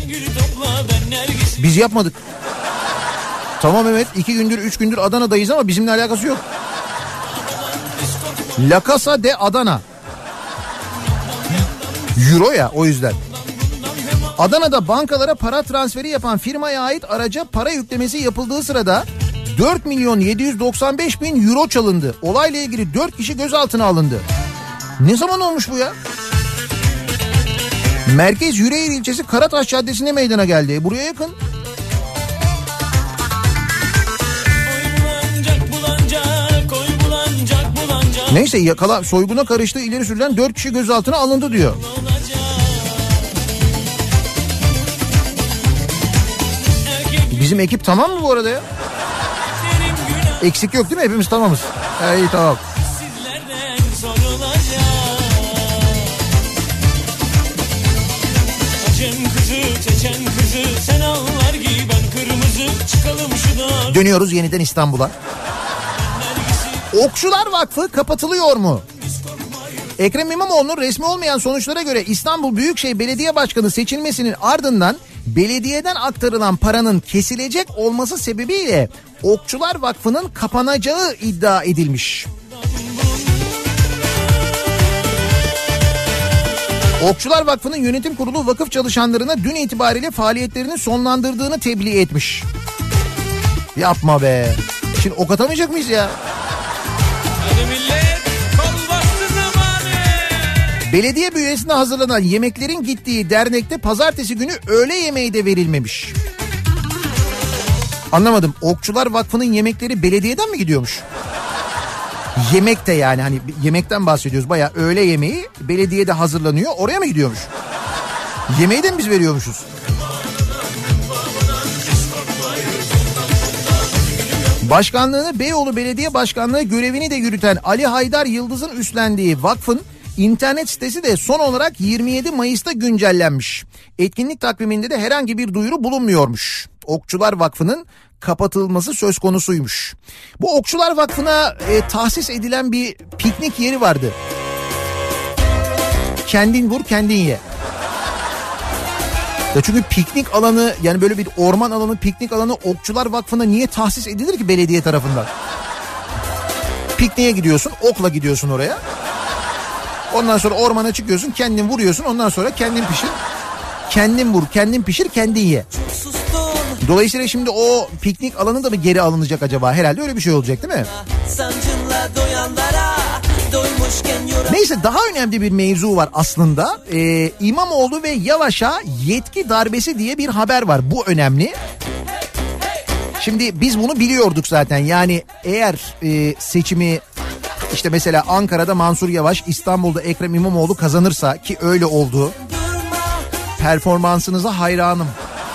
Biz yapmadık. Tamam, evet, 2 gündür 3 gündür Adana'dayız ama bizimle alakası yok. La Casa de Adana. Euro ya, o yüzden. Adana'da bankalara para transferi yapan firmaya ait araca para yüklemesi yapıldığı sırada 4.795.000 euro çalındı. Olayla ilgili 4 kişi gözaltına alındı. Ne zaman olmuş bu ya? Merkez Yüreğir ilçesi Karataş Caddesi'nde meydana geldi. Buraya yakın. Neyse, soyguna karıştığı ileri sürülen 4 kişi gözaltına alındı diyor. Bizim ekip tamam mı bu arada ya? Eksik yok değil mi? Hepimiz tamamız. İyi, tamam. Dönüyoruz yeniden İstanbul'a. Okçular Vakfı kapatılıyor mu? Ekrem İmamoğlu'nun resmi olmayan sonuçlara göre İstanbul Büyükşehir Belediye Başkanı seçilmesinin ardından belediyeden aktarılan paranın kesilecek olması sebebiyle Okçular Vakfı'nın kapanacağı iddia edilmiş. Okçular Vakfı'nın yönetim kurulu vakıf çalışanlarına dün itibariyle faaliyetlerini sonlandırdığını tebliğ etmiş. Yapma be. Şimdi ok atamayacak mıyız ya? Belediye bünyesinde hazırlanan yemeklerin gittiği dernekte pazartesi günü öğle yemeği de verilmemiş. Anlamadım. Okçular Vakfı'nın yemekleri belediyeden mi gidiyormuş? Yemek de yani hani yemekten bahsediyoruz. Bayağı öğle yemeği belediyede hazırlanıyor. Oraya mı gidiyormuş? Yemeği de mi biz veriyormuşuz? Başkanlığını Beyoğlu Belediye Başkanlığı görevini de yürüten Ali Haydar Yıldız'ın üstlendiği vakfın internet sitesi de son olarak 27 Mayıs'ta güncellenmiş. Etkinlik takviminde de herhangi bir duyuru bulunmuyormuş. Okçular Vakfı'nın kapatılması söz konusuymuş. Bu Okçular Vakfı'na tahsis edilen bir piknik yeri vardı. Kendin vur kendin ye. Ya çünkü piknik alanı, yani böyle bir orman alanı, piknik alanı Okçular Vakfı'na niye tahsis edilir ki belediye tarafından? Pikniğe gidiyorsun, okla gidiyorsun oraya. Ondan sonra ormana çıkıyorsun, kendin vuruyorsun, ondan sonra kendin pişir. Kendin vur, kendin pişir, kendin ye. Dolayısıyla şimdi o piknik alanı da mı geri alınacak acaba? Herhalde öyle bir şey olacak değil mi? Neyse, daha önemli bir mevzu var aslında. İmamoğlu ve Yavaş'a yetki darbesi diye bir haber var. Bu önemli. Şimdi biz bunu biliyorduk zaten. Yani eğer seçimi işte mesela Ankara'da Mansur Yavaş, İstanbul'da Ekrem İmamoğlu kazanırsa, ki öyle oldu. Performansınıza hayranım.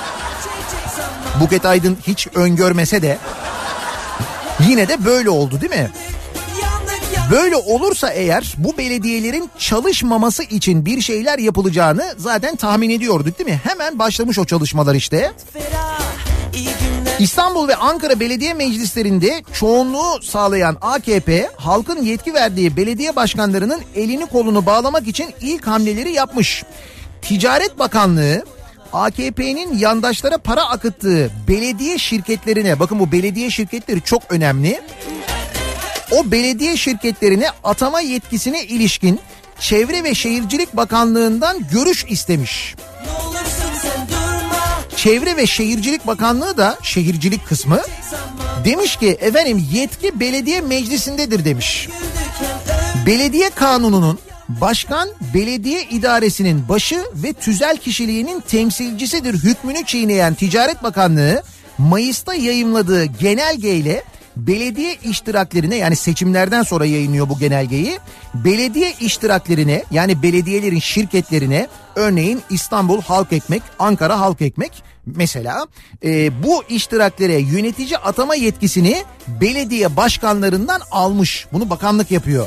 Buket Aydın hiç öngörmese de yine de böyle oldu değil mi? Böyle olursa eğer bu belediyelerin çalışmaması için bir şeyler yapılacağını zaten tahmin ediyorduk değil mi? Hemen başlamış o çalışmalar işte. İstanbul ve Ankara belediye meclislerinde çoğunluğu sağlayan AKP, halkın yetki verdiği belediye başkanlarının elini kolunu bağlamak için ilk hamleleri yapmış. Ticaret Bakanlığı AKP'nin yandaşlara para akıttığı belediye şirketlerine, bakın bu belediye şirketleri çok önemli. O belediye şirketlerine atama yetkisine ilişkin Çevre ve Şehircilik Bakanlığı'ndan görüş istemiş. Çevre ve Şehircilik Bakanlığı da şehircilik kısmı demiş ki efendim yetki belediye meclisindedir demiş. Belediye kanununun başkan belediye idaresinin başı ve tüzel kişiliğinin temsilcisidir hükmünü çiğneyen Ticaret Bakanlığı Mayıs'ta yayımladığı genelgeyle belediye iştiraklerine, yani seçimlerden sonra yayınlıyor bu genelgeyi, belediye iştiraklerine, yani belediyelerin şirketlerine, örneğin İstanbul Halk Ekmek, Ankara Halk Ekmek mesela, bu iştiraklere yönetici atama yetkisini belediye başkanlarından almış. Bunu bakanlık yapıyor.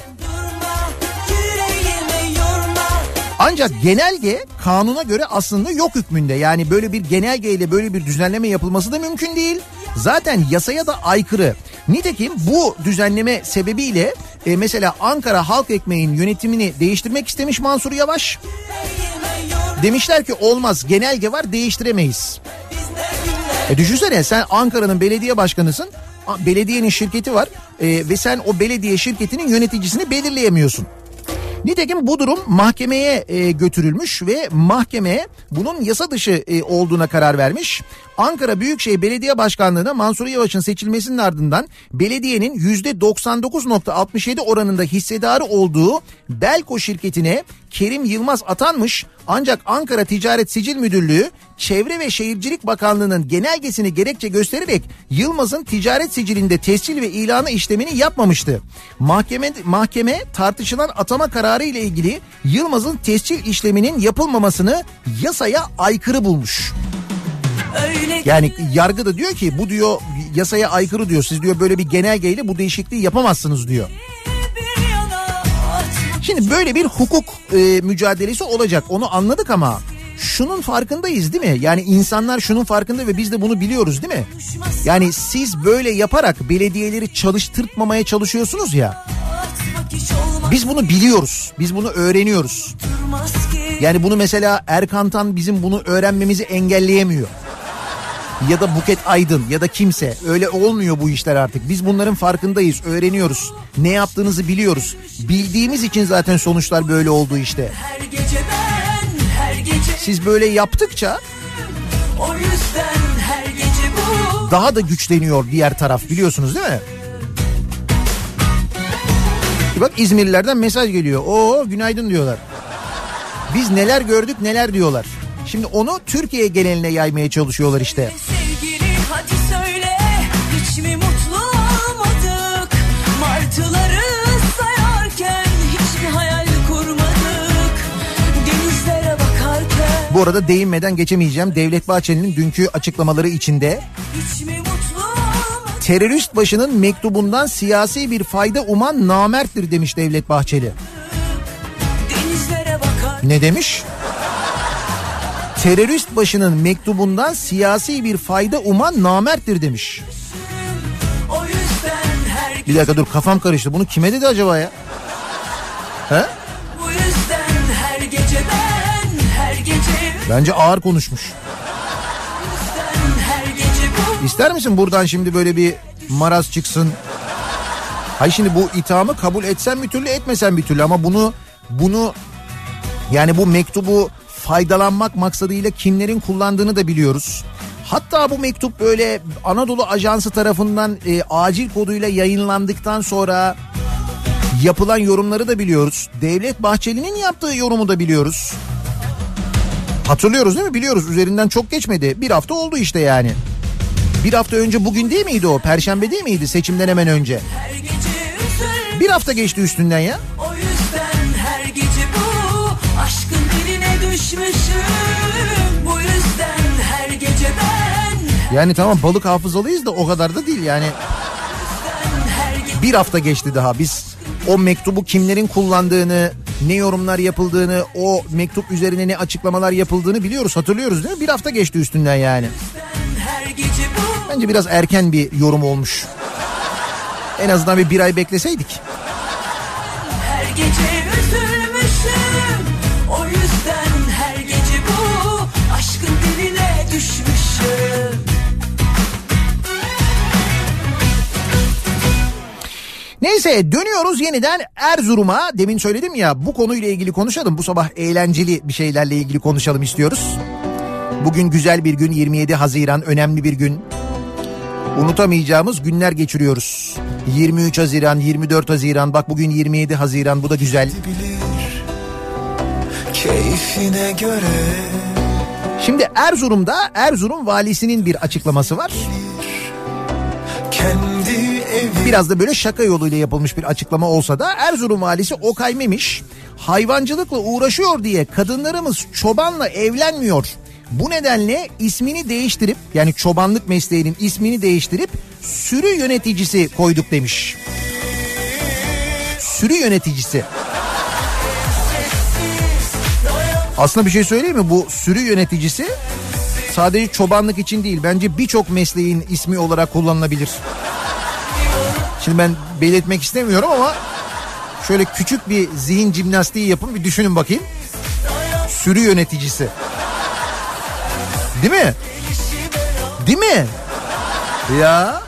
Ancak genelge kanuna göre aslında yok hükmünde. Yani böyle bir genelgeyle böyle bir düzenleme yapılması da mümkün değil. Zaten yasaya da aykırı. Nitekim bu düzenleme sebebiyle mesela Ankara Halk Ekmeği'nin yönetimini değiştirmek istemiş Mansur Yavaş. Demişler ki olmaz, genelge var, değiştiremeyiz. Düşünsene, sen Ankara'nın belediye başkanısın. Belediyenin şirketi var ve sen o belediye şirketinin yöneticisini belirleyemiyorsun. Nitekim bu durum mahkemeye götürülmüş ve mahkeme bunun yasa dışı olduğuna karar vermiş. Ankara Büyükşehir Belediye Başkanlığı'na Mansur Yavaş'ın seçilmesinin ardından belediyenin %99.67 oranında hissedarı olduğu Belko şirketine Kerim Yılmaz atanmış. Ancak Ankara Ticaret Sicil Müdürlüğü Çevre ve Şehircilik Bakanlığı'nın genelgesini gerekçe göstererek Yılmaz'ın ticaret sicilinde tescil ve ilanı işlemini yapmamıştı. Mahkeme tartışılan atama kararı ile ilgili Yılmaz'ın tescil işleminin yapılmamasını yasaya aykırı bulmuş. Yani yargı da diyor ki bu diyor yasaya aykırı diyor. Siz diyor böyle bir genelgeyle bu değişikliği yapamazsınız diyor. Şimdi böyle bir hukuk mücadelesi olacak, onu anladık ama şunun farkındayız değil mi? Yani insanlar şunun farkında ve biz de bunu biliyoruz değil mi? Yani siz böyle yaparak belediyeleri çalıştırtmamaya çalışıyorsunuz ya. Biz bunu biliyoruz, biz bunu öğreniyoruz. Yani bunu mesela Erkan Tan bizim bunu öğrenmemizi engelleyemiyor. Ya da Buket Aydın ya da kimse, öyle olmuyor bu işler artık. Biz bunların farkındayız, öğreniyoruz. Ne yaptığınızı biliyoruz. Bildiğimiz için zaten sonuçlar böyle oldu işte. Siz böyle yaptıkça o yüzden her gece bu daha da güçleniyor diğer taraf, biliyorsunuz değil mi? Bak İzmirlilerden mesaj geliyor. Oo günaydın diyorlar. Biz neler gördük neler diyorlar. Şimdi onu Türkiye geneline yaymaya çalışıyorlar işte. Sevgili hadi söyle. Bu arada değinmeden geçemeyeceğim. Devlet Bahçeli'nin dünkü açıklamaları içinde terörist başının mektubundan siyasi bir fayda uman namerttir demiş Devlet Bahçeli. Ne demiş? Terörist başının mektubundan siyasi bir fayda uman namerttir demiş. Bir dakika dur, kafam karıştı. Bunu kime dedi acaba ya? He? Bence ağır konuşmuş. İster misin buradan şimdi böyle bir maraz çıksın? Hayır, şimdi bu ithamı kabul etsen bir türlü, etmesen bir türlü, ama bunu yani bu mektubu faydalanmak maksadıyla kimlerin kullandığını da biliyoruz. Hatta bu mektup böyle Anadolu Ajansı tarafından acil koduyla yayınlandıktan sonra yapılan yorumları da biliyoruz. Devlet Bahçeli'nin yaptığı yorumu da biliyoruz. Hatırlıyoruz değil mi? Biliyoruz. Üzerinden çok geçmedi. Bir hafta oldu işte yani. Bir hafta önce bugün değil miydi o? Perşembe değil miydi seçimden hemen önce? Bir hafta geçti üstünden ya. O yüzden her gece bu aşkın diline düşmüşüm. Bu yüzden her gece ben... Yani tamam, balık hafızalıyız da o kadar da değil yani. Bir hafta geçti daha, biz o mektubu kimlerin kullandığını, ne yorumlar yapıldığını, o mektup üzerine ne açıklamalar yapıldığını biliyoruz, hatırlıyoruz değil mi? Bir hafta geçti üstünden yani. Bence biraz erken bir yorum olmuş. En azından bir ay bekleseydik. Her gece üzülmüşüm. O yüzden her gece bu aşkın diline düşmüşüm. Neyse, dönüyoruz yeniden Erzurum'a. Demin söyledim ya, bu konuyla ilgili konuşalım. Bu sabah eğlenceli bir şeylerle ilgili konuşalım istiyoruz. Bugün güzel bir gün, 27 Haziran, önemli bir gün. Unutamayacağımız günler geçiriyoruz. 23 Haziran, 24 Haziran, bak bugün 27 Haziran, bu da güzel. Keyfine göre. Şimdi Erzurum'da Erzurum valisinin bir açıklaması var. Biraz da böyle şaka yoluyla yapılmış bir açıklama olsa da Erzurum valisi Okay Memiş, hayvancılıkla uğraşıyor diye kadınlarımız çobanla evlenmiyor. Bu nedenle ismini değiştirip, yani çobanlık mesleğinin ismini değiştirip sürü yöneticisi koyduk demiş. Sürü yöneticisi. Aslında bir şey söyleyeyim mi? Bu sürü yöneticisi sadece çobanlık için değil, bence birçok mesleğin ismi olarak kullanılabilir. Şimdi ben belirtmek istemiyorum ama şöyle küçük bir zihin jimnastiği yapın, bir düşünün bakayım. Sürü yöneticisi. Değil mi? Değil mi? Ya.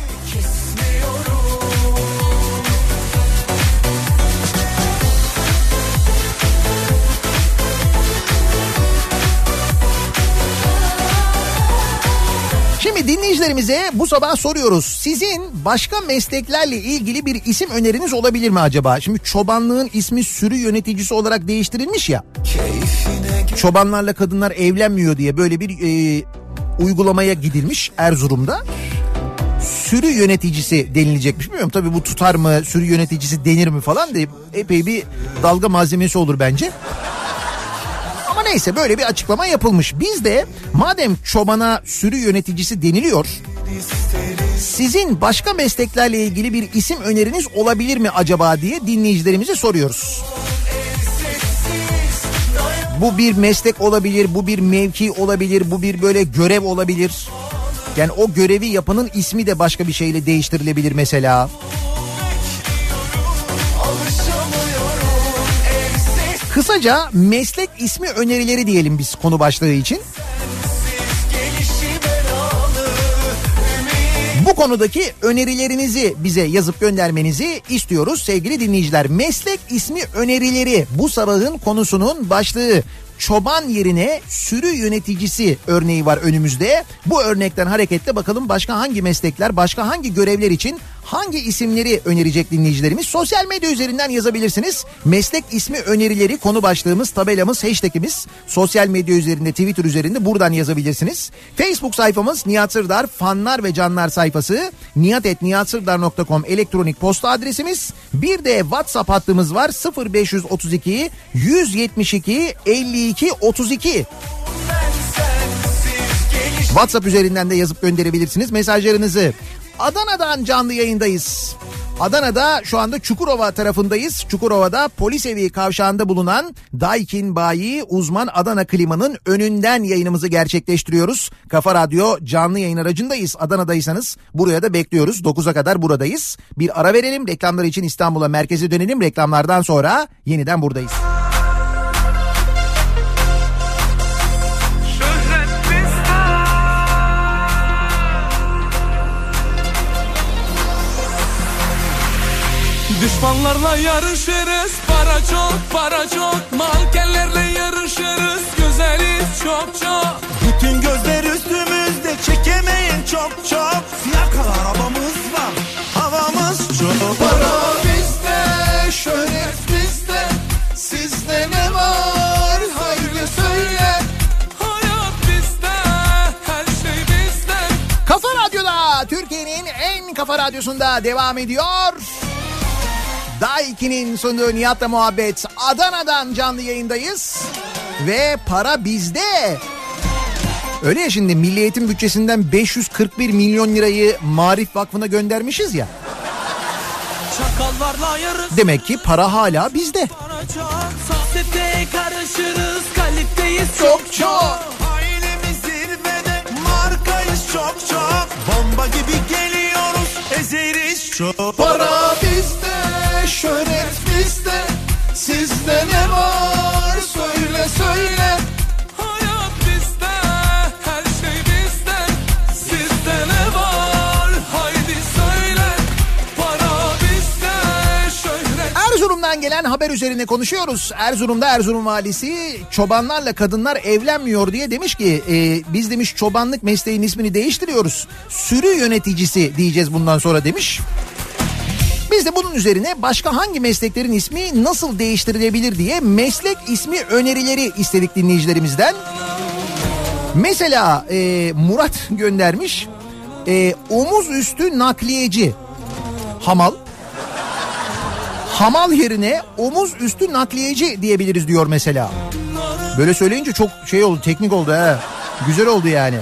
Şimdi dinleyicilerimize bu sabah soruyoruz. Sizin başka mesleklerle ilgili bir isim öneriniz olabilir mi acaba? Şimdi çobanlığın ismi sürü yöneticisi olarak değiştirilmiş ya. Çobanlarla kadınlar evlenmiyor diye böyle bir uygulamaya gidilmiş Erzurum'da. Sürü yöneticisi denilecekmiş. Bilmiyorum tabii bu tutar mı, sürü yöneticisi denir mi falan diye epey bir dalga malzemesi olur bence. Ama neyse, böyle bir açıklama yapılmış. Biz de madem çobana sürü yöneticisi deniliyor, sizin başka mesleklerle ilgili bir isim öneriniz olabilir mi acaba diye dinleyicilerimize soruyoruz. Bu bir meslek olabilir, bu bir mevki olabilir, bu bir böyle görev olabilir. Yani o görevi yapanın ismi de başka bir şeyle değiştirilebilir mesela. Kısaca meslek ismi önerileri diyelim biz konu başlığı için. Bu konudaki önerilerinizi bize yazıp göndermenizi istiyoruz sevgili dinleyiciler. Meslek ismi önerileri bu sabahın konusunun başlığı. Çoban yerine sürü yöneticisi örneği var önümüzde. Bu örnekten hareketle bakalım başka hangi meslekler, başka hangi görevler için hangi isimleri önerecek dinleyicilerimiz? Sosyal medya üzerinden yazabilirsiniz. Meslek ismi önerileri konu başlığımız, tabelamız, hashtagimiz. Sosyal medya üzerinde, Twitter üzerinde buradan yazabilirsiniz. Facebook sayfamız Nihat Sırdar fanlar ve canlar sayfası. nihat@nihatsırdar.com elektronik posta adresimiz. Bir de WhatsApp hattımız var, 0532 172 52 32. WhatsApp üzerinden de yazıp gönderebilirsiniz mesajlarınızı. Adana'dan canlı yayındayız. Adana'da şu anda Çukurova tarafındayız. Çukurova'da Polis Evi kavşağında bulunan Daikin Bayi Uzman Adana Klima'nın önünden yayınımızı gerçekleştiriyoruz. Kafa Radyo canlı yayın aracındayız. Adana'daysanız buraya da bekliyoruz. 9'a kadar buradayız. Bir ara verelim. Reklamlar için İstanbul'a merkeze dönelim. Reklamlardan sonra yeniden buradayız. Düşmanlarla yarışırız, para çok, para çok. Mankenlerle yarışırız, güzeliz çok çok. Bütün gözler üstümüzde, çekemeyin çok çok. Siyah kal arabamız var, havamız çok. Para bizde, şöhret bizde. Sizde ne var, hayır söyle. Hayat bizde, her şey bizde. Kafa Radyo'da, Türkiye'nin en kafa radyosunda devam ediyor. Daiki'nin sunduğu Nihat'la Muhabbet. Adana'dan canlı yayındayız. Ve para bizde. Öyle ya, şimdi Milli Eğitim bütçesinden 541 milyon lirayı Marif Vakfı'na göndermişiz ya. Demek ki para hala bizde. Sohbete karışırız, kaliteyiz çok çok. Ailemiz zirvede, markayız çok çok. Bomba gibi geliyoruz, ezeriz çok. Para bizde, şöhret bizde. Sizde ne var, söyle söyle. Hayat bizde, her şey bizde. Sizde ne var, haydi söyle. Para bizde, şöhret. Erzurum'dan gelen haber üzerine konuşuyoruz. Erzurum'da Erzurum valisi çobanlarla kadınlar evlenmiyor diye demiş ki biz demiş çobanlık mesleğinin ismini değiştiriyoruz. Sürü yöneticisi diyeceğiz bundan sonra demiş. Biz de bunun üzerine başka hangi mesleklerin ismi nasıl değiştirilebilir diye meslek ismi önerileri istedik dinleyicilerimizden. Mesela Murat göndermiş. Omuz üstü nakliyeci. Hamal. Hamal yerine omuz üstü nakliyeci diyebiliriz diyor mesela. Böyle söyleyince çok şey oldu, teknik oldu ha. Güzel oldu yani.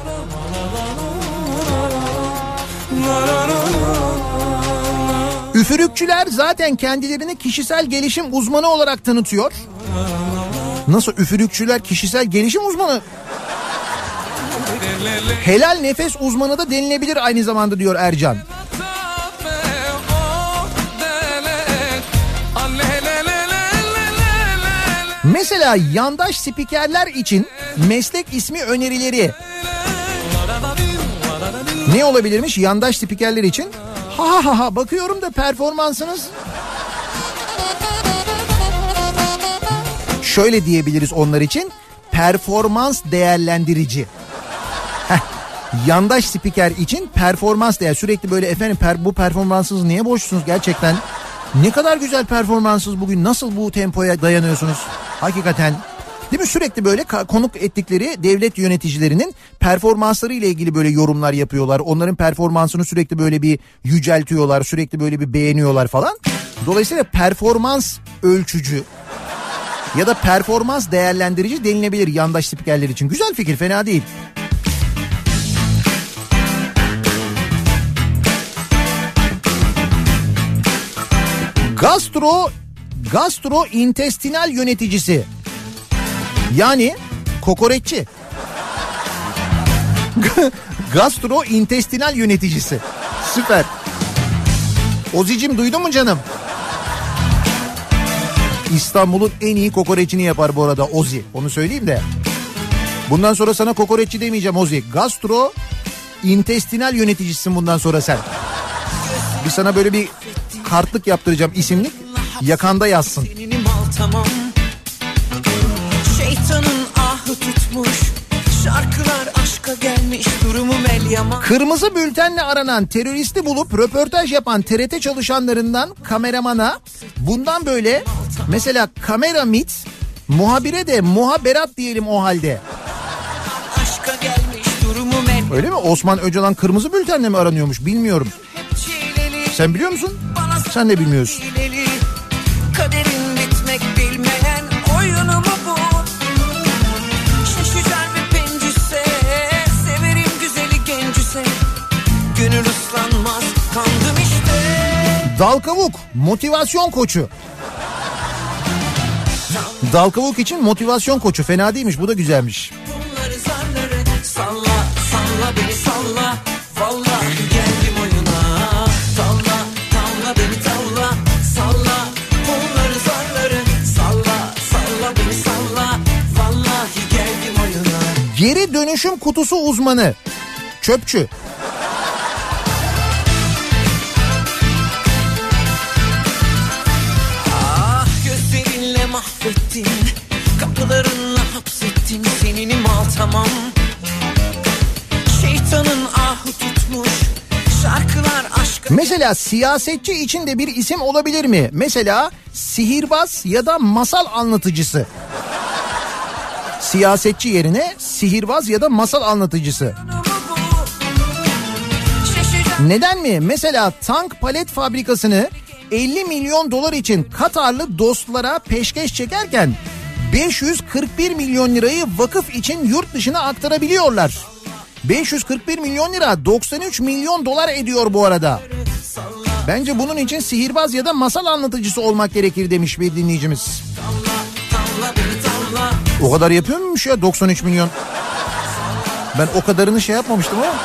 Üfürükçüler zaten kendilerini kişisel gelişim uzmanı olarak tanıtıyor. Nasıl üfürükçüler kişisel gelişim uzmanı? Helal nefes uzmanı da denilebilir aynı zamanda diyor Ercan. Mesela yandaş spikerler için meslek ismi önerileri. Ne olabilirmiş yandaş spikerler için? Ha bakıyorum da performansınız. Şöyle diyebiliriz onlar için. Performans değerlendirici. Yandaş spiker için performans değer. Sürekli böyle efendim bu performansınız niye boşsunuz gerçekten? Ne kadar güzel performansınız bugün. Nasıl bu tempoya dayanıyorsunuz? Hakikaten. Değil mi? Sürekli böyle konuk ettikleri devlet yöneticilerinin performansları ile ilgili böyle yorumlar yapıyorlar. Onların performansını sürekli böyle bir yüceltiyorlar. Sürekli böyle bir beğeniyorlar falan. Dolayısıyla performans ölçücü ya da performans değerlendirici denilebilir yandaş spikerler için. Güzel fikir, fena değil. Gastrointestinal yöneticisi. Yani kokoreççi. Gastrointestinal yöneticisi. Süper. Ozicim duydun mu canım? İstanbul'un en iyi kokoreçini yapar bu arada Ozi. Onu söyleyeyim de. Bundan sonra sana kokoreççi demeyeceğim Ozi. Gastrointestinal yöneticisisin bundan sonra sen. Bir sana böyle bir kartlık yaptıracağım, isimlik. Yakanda yazsın. Şeytanın ahı tutmuş, şarkılar aşka gelmiş, durumum el yaman. Kırmızı bültenle aranan teröristi bulup röportaj yapan TRT çalışanlarından kameramana bundan böyle mesela kamera mit, muhabire de muhaberat diyelim o halde. Aşka gelmiş, durumum el. Öyle mi? Osman Öcalan kırmızı bültenle mi aranıyormuş bilmiyorum. Sen biliyor musun? Sen de bilmiyorsun. Kaderin bitmek bilmeyen oyunu mu bu? Şaşacak bir pencüse, severim Dal kavuk motivasyon koçu. Dal kavuk için motivasyon koçu, fena değilmiş, bu da güzelmiş. Bunları zarları salla salla beni salla. Vallahi geldim oyuna. Salla tavla beni tavla. Salla bunları zarları salla salla beni salla. Vallahi geldim oyuna. Geri dönüşüm kutusu uzmanı. Çöpçü. Ah gözlerinle mahvettin. Kapılarınla hapsettin. Seninim al tamam. Şeytanın ahı tutmuş. Şarkılar aşkı. Mesela siyasetçi için de bir isim olabilir mi? Mesela sihirbaz ya da masal anlatıcısı. Siyasetçi yerine sihirbaz ya da masal anlatıcısı. Neden mi? Mesela tank palet fabrikasını 50 milyon dolar için Katarlı dostlara peşkeş çekerken 541 milyon lirayı vakıf için yurt dışına aktarabiliyorlar. 541 milyon lira 93 milyon dolar ediyor bu arada. Bence bunun için sihirbaz ya da masal anlatıcısı olmak gerekir demiş bir dinleyicimiz. O kadar yapıyor muymuş ya 93 milyon? Ben o kadarını şey yapmamıştım ama.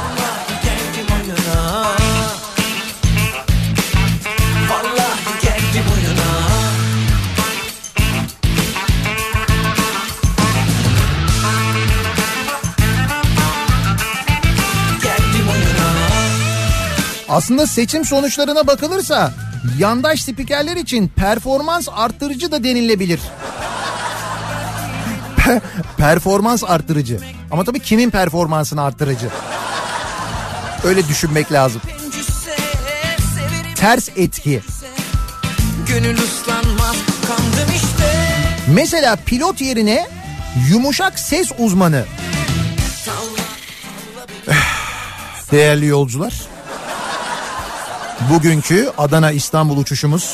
Aslında seçim sonuçlarına bakılırsa yandaş spikerler için performans arttırıcı da denilebilir. Performans arttırıcı. Ama tabii kimin performansını arttırıcı? Öyle düşünmek lazım. Ters etki. Gönül ıslanmaz kandım işte. Mesela pilot yerine yumuşak ses uzmanı. Değerli yolcular, bugünkü Adana İstanbul uçuşumuz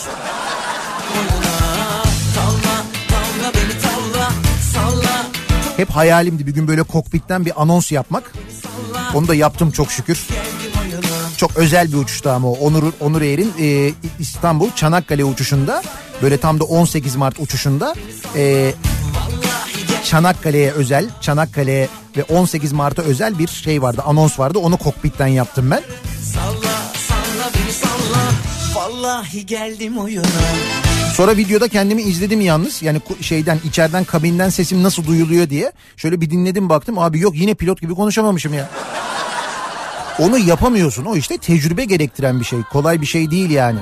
hep hayalimdi, bir gün böyle kokpitten bir anons yapmak. Onu da yaptım çok şükür. Çok özel bir uçuştu ama o Onur Air'in İstanbul Çanakkale uçuşunda, böyle tam da 18 Mart uçuşunda Çanakkale'ye özel, Çanakkale'ye ve 18 Mart'a özel bir şey vardı, anons vardı. Onu kokpitten yaptım ben. Salla beni salla. Vallahi geldim oyuna. Sonra videoda kendimi izledim yalnız. Yani içeriden kabinden sesim nasıl duyuluyor diye. Şöyle bir dinledim, baktım. Abi yok, yine pilot gibi konuşamamışım ya. Onu yapamıyorsun. O işte tecrübe gerektiren bir şey. Kolay bir şey değil yani.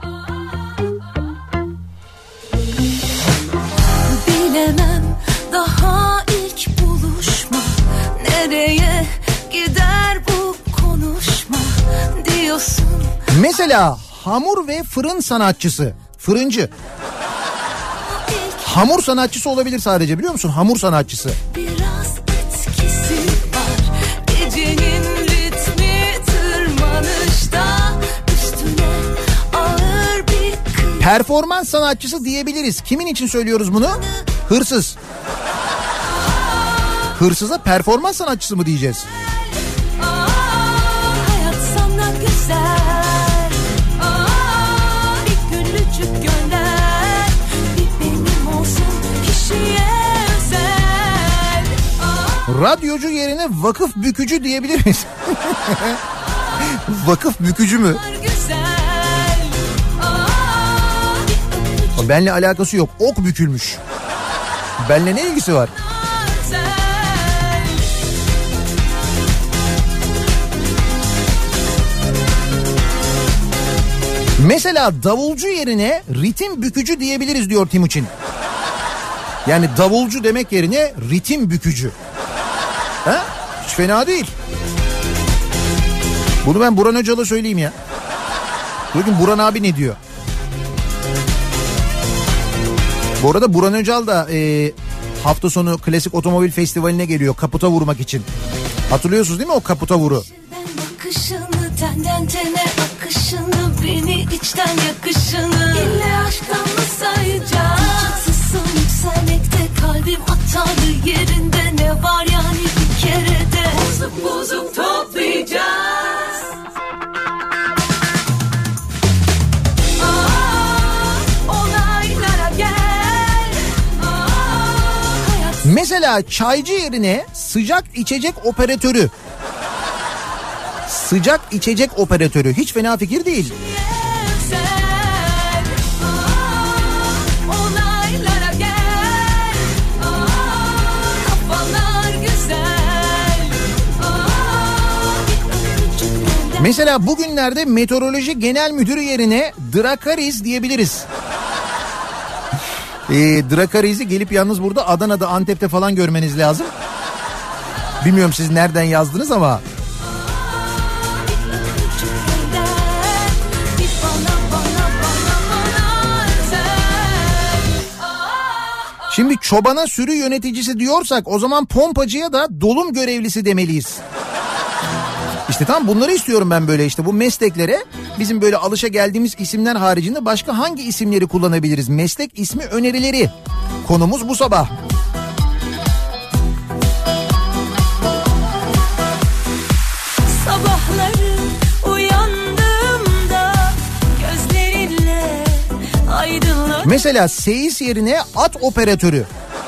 Bilemem daha ilk buluşma. Nereye gider bu konuşma diyorsun. Mesela hamur ve fırın sanatçısı. Fırıncı. Hamur sanatçısı olabilir sadece, biliyor musun? Hamur sanatçısı. Biraz etkisi var. Gecenin ritmi tırmanışta. Üstüne ağır bir Performans sanatçısı diyebiliriz. Kimin için söylüyoruz bunu? Hırsız. Hırsıza performans sanatçısı mı diyeceğiz? hayat sana güzel. Bir gülücük gönder. Bir benim olsun kişiye özel. Radyocu yerine vakıf bükücü diyebilir miyiz? Vakıf bükücü mü? Benle alakası yok. Ok bükülmüş. Benle ne ilgisi var? Mesela davulcu yerine ritim bükücü diyebiliriz diyor Timuçin. Yani davulcu demek yerine ritim bükücü. Ha? Hiç fena değil. Bunu ben Burhan Öcal'a söyleyeyim ya. Bugün Burhan abi ne diyor? Bu arada Burhan Öcal da hafta sonu Klasik Otomobil Festivali'ne geliyor kaputa vurmak için. Hatırlıyorsunuz değil mi o kaputa vuru? Bakışını, tenden tene akışını, beni içten yakışını, ille aşktan mı sayacağız? Çıksızsın yükselmekte, kalbim hatalı yerinde, ne var yani bir kerede? Bozuk bozuk toplayacağız. Mesela çaycı yerine sıcak içecek operatörü. Sıcak içecek operatörü hiç fena fikir değil. Mesela bugünlerde meteoroloji genel müdürü yerine Drakariz diyebiliriz. Drakariz'i gelip yalnız burada Adana'da, Antep'te falan görmeniz lazım. Bilmiyorum siz nereden yazdınız ama. Şimdi çobana sürü yöneticisi diyorsak o zaman pompacıya da dolum görevlisi demeliyiz. İşte tam bunları istiyorum ben böyle işte bu mesleklere bizim böyle alışa geldiğimiz isimler haricinde başka hangi isimleri kullanabiliriz? Meslek ismi önerileri. Konumuz bu sabah. Sabahları uyandığımda gözlerinle aydınlat. Mesela seyis yerine at operatörü.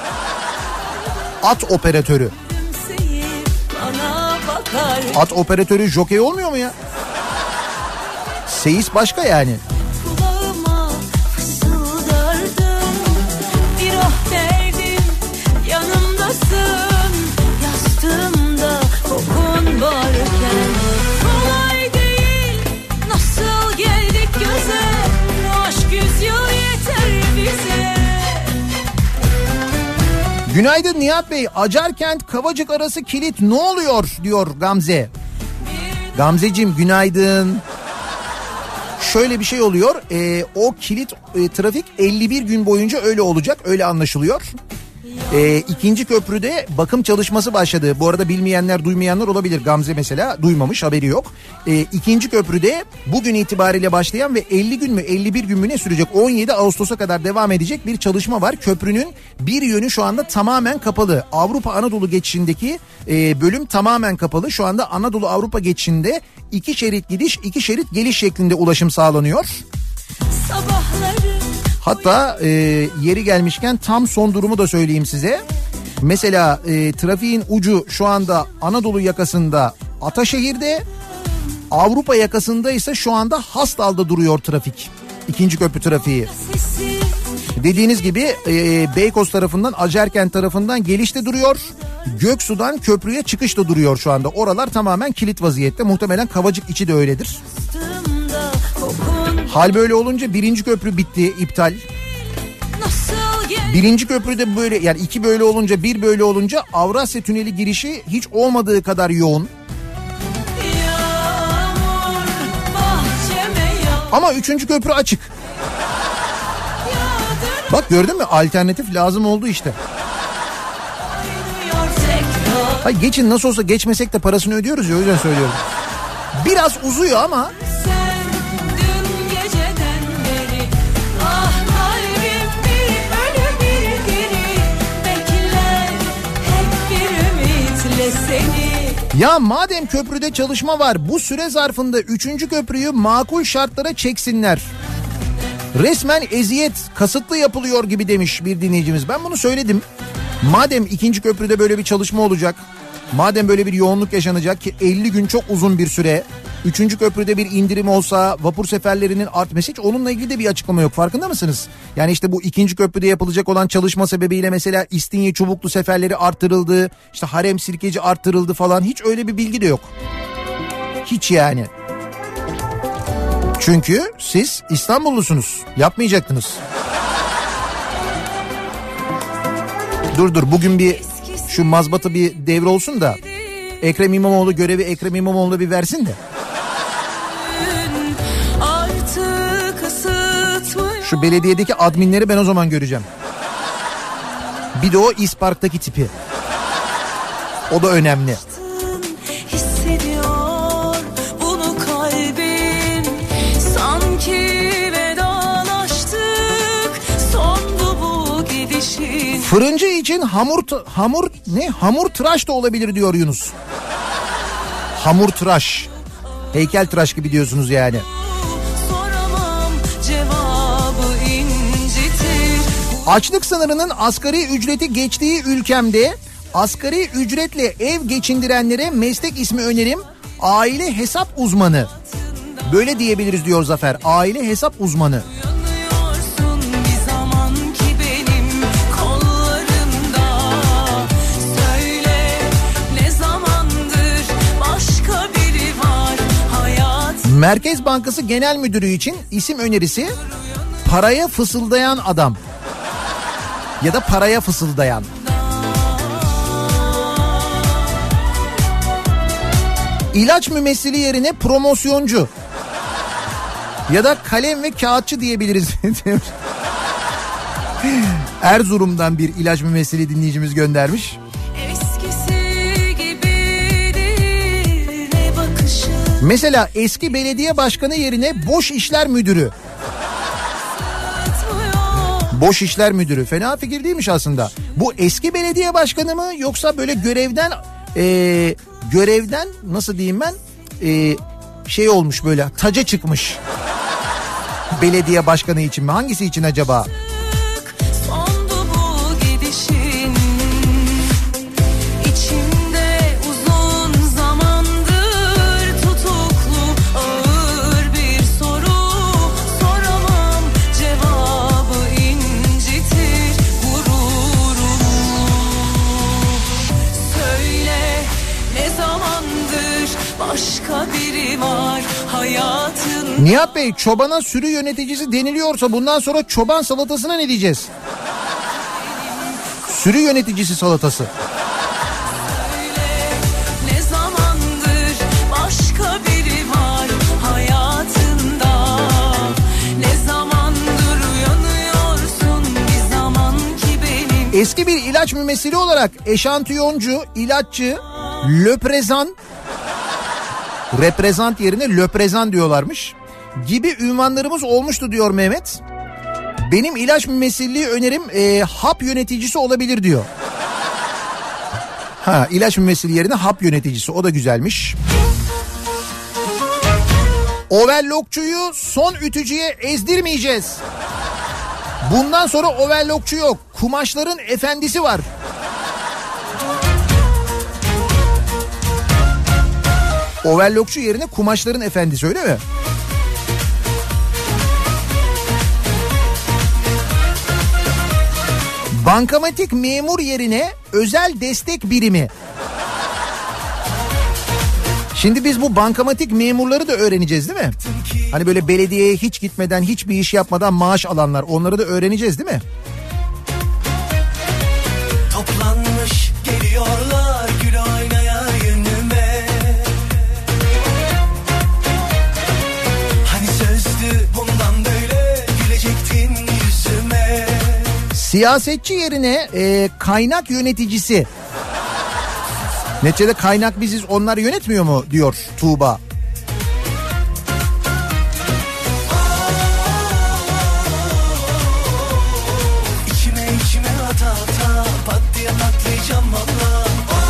At operatörü. At operatörü jokey olmuyor mu ya? Seyis başka yani. Kulağıma fısıldardım, bir ah derdim, yanımdasın, yastığımda kokun varken. Kolay değil, nasıl geldik göze, bu aşk 100 yıl yeter bize. Günaydın Nihat Bey, Acarkent Kavacık arası kilit ne oluyor diyor Gamze. Gamzeciğim günaydın. Şöyle bir şey oluyor, o kilit trafik 51 gün boyunca öyle olacak, öyle anlaşılıyor. İkinci köprüde bakım çalışması başladı. Bu arada bilmeyenler, duymayanlar olabilir. Gamze mesela duymamış, haberi yok. İkinci köprüde bugün itibariyle başlayan ve 50 gün mü 51 gün mü ne sürecek? 17 Ağustos'a kadar devam edecek bir çalışma var. Köprünün bir yönü şu anda tamamen kapalı. Avrupa Anadolu geçişindeki bölüm tamamen kapalı. Şu anda Anadolu Avrupa geçişinde 2 şerit gidiş, 2 şerit geliş şeklinde ulaşım sağlanıyor. Sabahları Hatta yeri gelmişken tam son durumu da söyleyeyim size. Mesela trafiğin ucu şu anda Anadolu yakasında Ataşehir'de, Avrupa yakasında ise şu anda Hastal'da duruyor trafik. İkinci köprü trafiği. Dediğiniz gibi Beykoz tarafından, Acarkent tarafından gelişte duruyor. Göksu'dan köprüye çıkışta duruyor şu anda. Oralar tamamen kilit vaziyette. Muhtemelen Kavacık içi de öyledir. Hal böyle olunca birinci köprü bitti, iptal. Birinci köprüde böyle, yani 2 böyle olunca, 1 böyle olunca Avrasya Tüneli girişi hiç olmadığı kadar yoğun. Ama 3. köprü açık. Bak gördün mü, alternatif lazım oldu işte. Hayır geçin, nasıl olsa geçmesek de parasını ödüyoruz ya, o yüzden söylüyorum. Biraz uzuyor ama. Ya madem köprüde çalışma var, bu süre zarfında 3. köprüyü makul şartlara çeksinler. Resmen eziyet, kasıtlı yapılıyor gibi demiş bir dinleyicimiz. Ben bunu söyledim. Madem 2. köprüde böyle bir çalışma olacak, madem böyle bir yoğunluk yaşanacak ki 50 gün çok uzun bir süre, 3. köprüde bir indirim olsa, vapur seferlerinin artması, hiç onunla ilgili de bir açıklama yok, farkında mısınız? Yani işte bu 2. köprüde yapılacak olan çalışma sebebiyle mesela İstinye Çubuklu seferleri arttırıldı, işte Harem Sirkeci arttırıldı falan, hiç öyle bir bilgi de yok. Hiç yani. Çünkü siz İstanbullusunuz, yapmayacaktınız. Dur bugün bir şu mazbata bir devre olsun da Ekrem İmamoğlu görevi Ekrem İmamoğlu'na bir versin de. Şu belediyedeki adminleri ben o zaman göreceğim. Bir de o İspark'taki tipi. O da önemli. hissediyor bunu kalbim, sanki vedalaştık, sondu bu gidişin. Fırıncı için hamur tıraş da olabilir diyor Yunus. Hamur tıraş. Heykel tıraş gibi diyorsunuz yani. Soramam, cevabı incitir. Açlık sınırının asgari ücreti geçtiği ülkemde asgari ücretle ev geçindirenlere meslek ismi önerim aile hesap uzmanı. Böyle diyebiliriz diyor Zafer. Aile hesap uzmanı. Merkez Bankası Genel Müdürü için isim önerisi paraya fısıldayan adam ya da paraya fısıldayan. İlaç mümessili yerine promosyoncu ya da kalem ve kağıtçı diyebiliriz. Erzurum'dan bir ilaç mümessili dinleyicimiz göndermiş. Mesela eski belediye başkanı yerine boş işler müdürü. Boş işler müdürü fena fikir değilmiş aslında. Bu eski belediye başkanı mı yoksa böyle görevden nasıl diyeyim ben şey olmuş böyle taca çıkmış belediye başkanı için mi, hangisi için acaba? Nihat Bey, çobana sürü yöneticisi deniliyorsa bundan sonra çoban salatasına ne diyeceğiz? Sürü yöneticisi salatası. Ne zamandır başka biri var hayatında? Ne zamandır uyanıyorsun bir zaman ki benim? Eski bir ilaç mümessili olarak eşantiyoncu, ilaççı, reprezent yerine löprezan diyorlarmış gibi ünvanlarımız olmuştu diyor Mehmet. Benim ilaç mümessilliği önerim hap yöneticisi olabilir diyor. Ha, ilaç mümessili yerine hap yöneticisi, o da güzelmiş. Overlockçuyu son ütücüye ezdirmeyeceğiz. Bundan sonra overlockçu yok. Kumaşların efendisi var. Overlockçu yerine kumaşların efendisi, öyle mi? Bankamatik memur yerine özel destek birimi. Şimdi biz bu bankamatik memurları da öğreneceğiz değil mi? Hani böyle belediyeye hiç gitmeden, hiçbir iş yapmadan maaş alanlar, onları da öğreneceğiz değil mi? Toplanmış geliyorlar gül oynaya yönüme. Hani sözdü bundan böyle gülecektin yüzüme. Siyasetçi yerine kaynak yöneticisi. Neticede kaynak biziz, onlar yönetmiyor mu diyor Tuğba. İçime ata ata pat diye patlayacağım valla.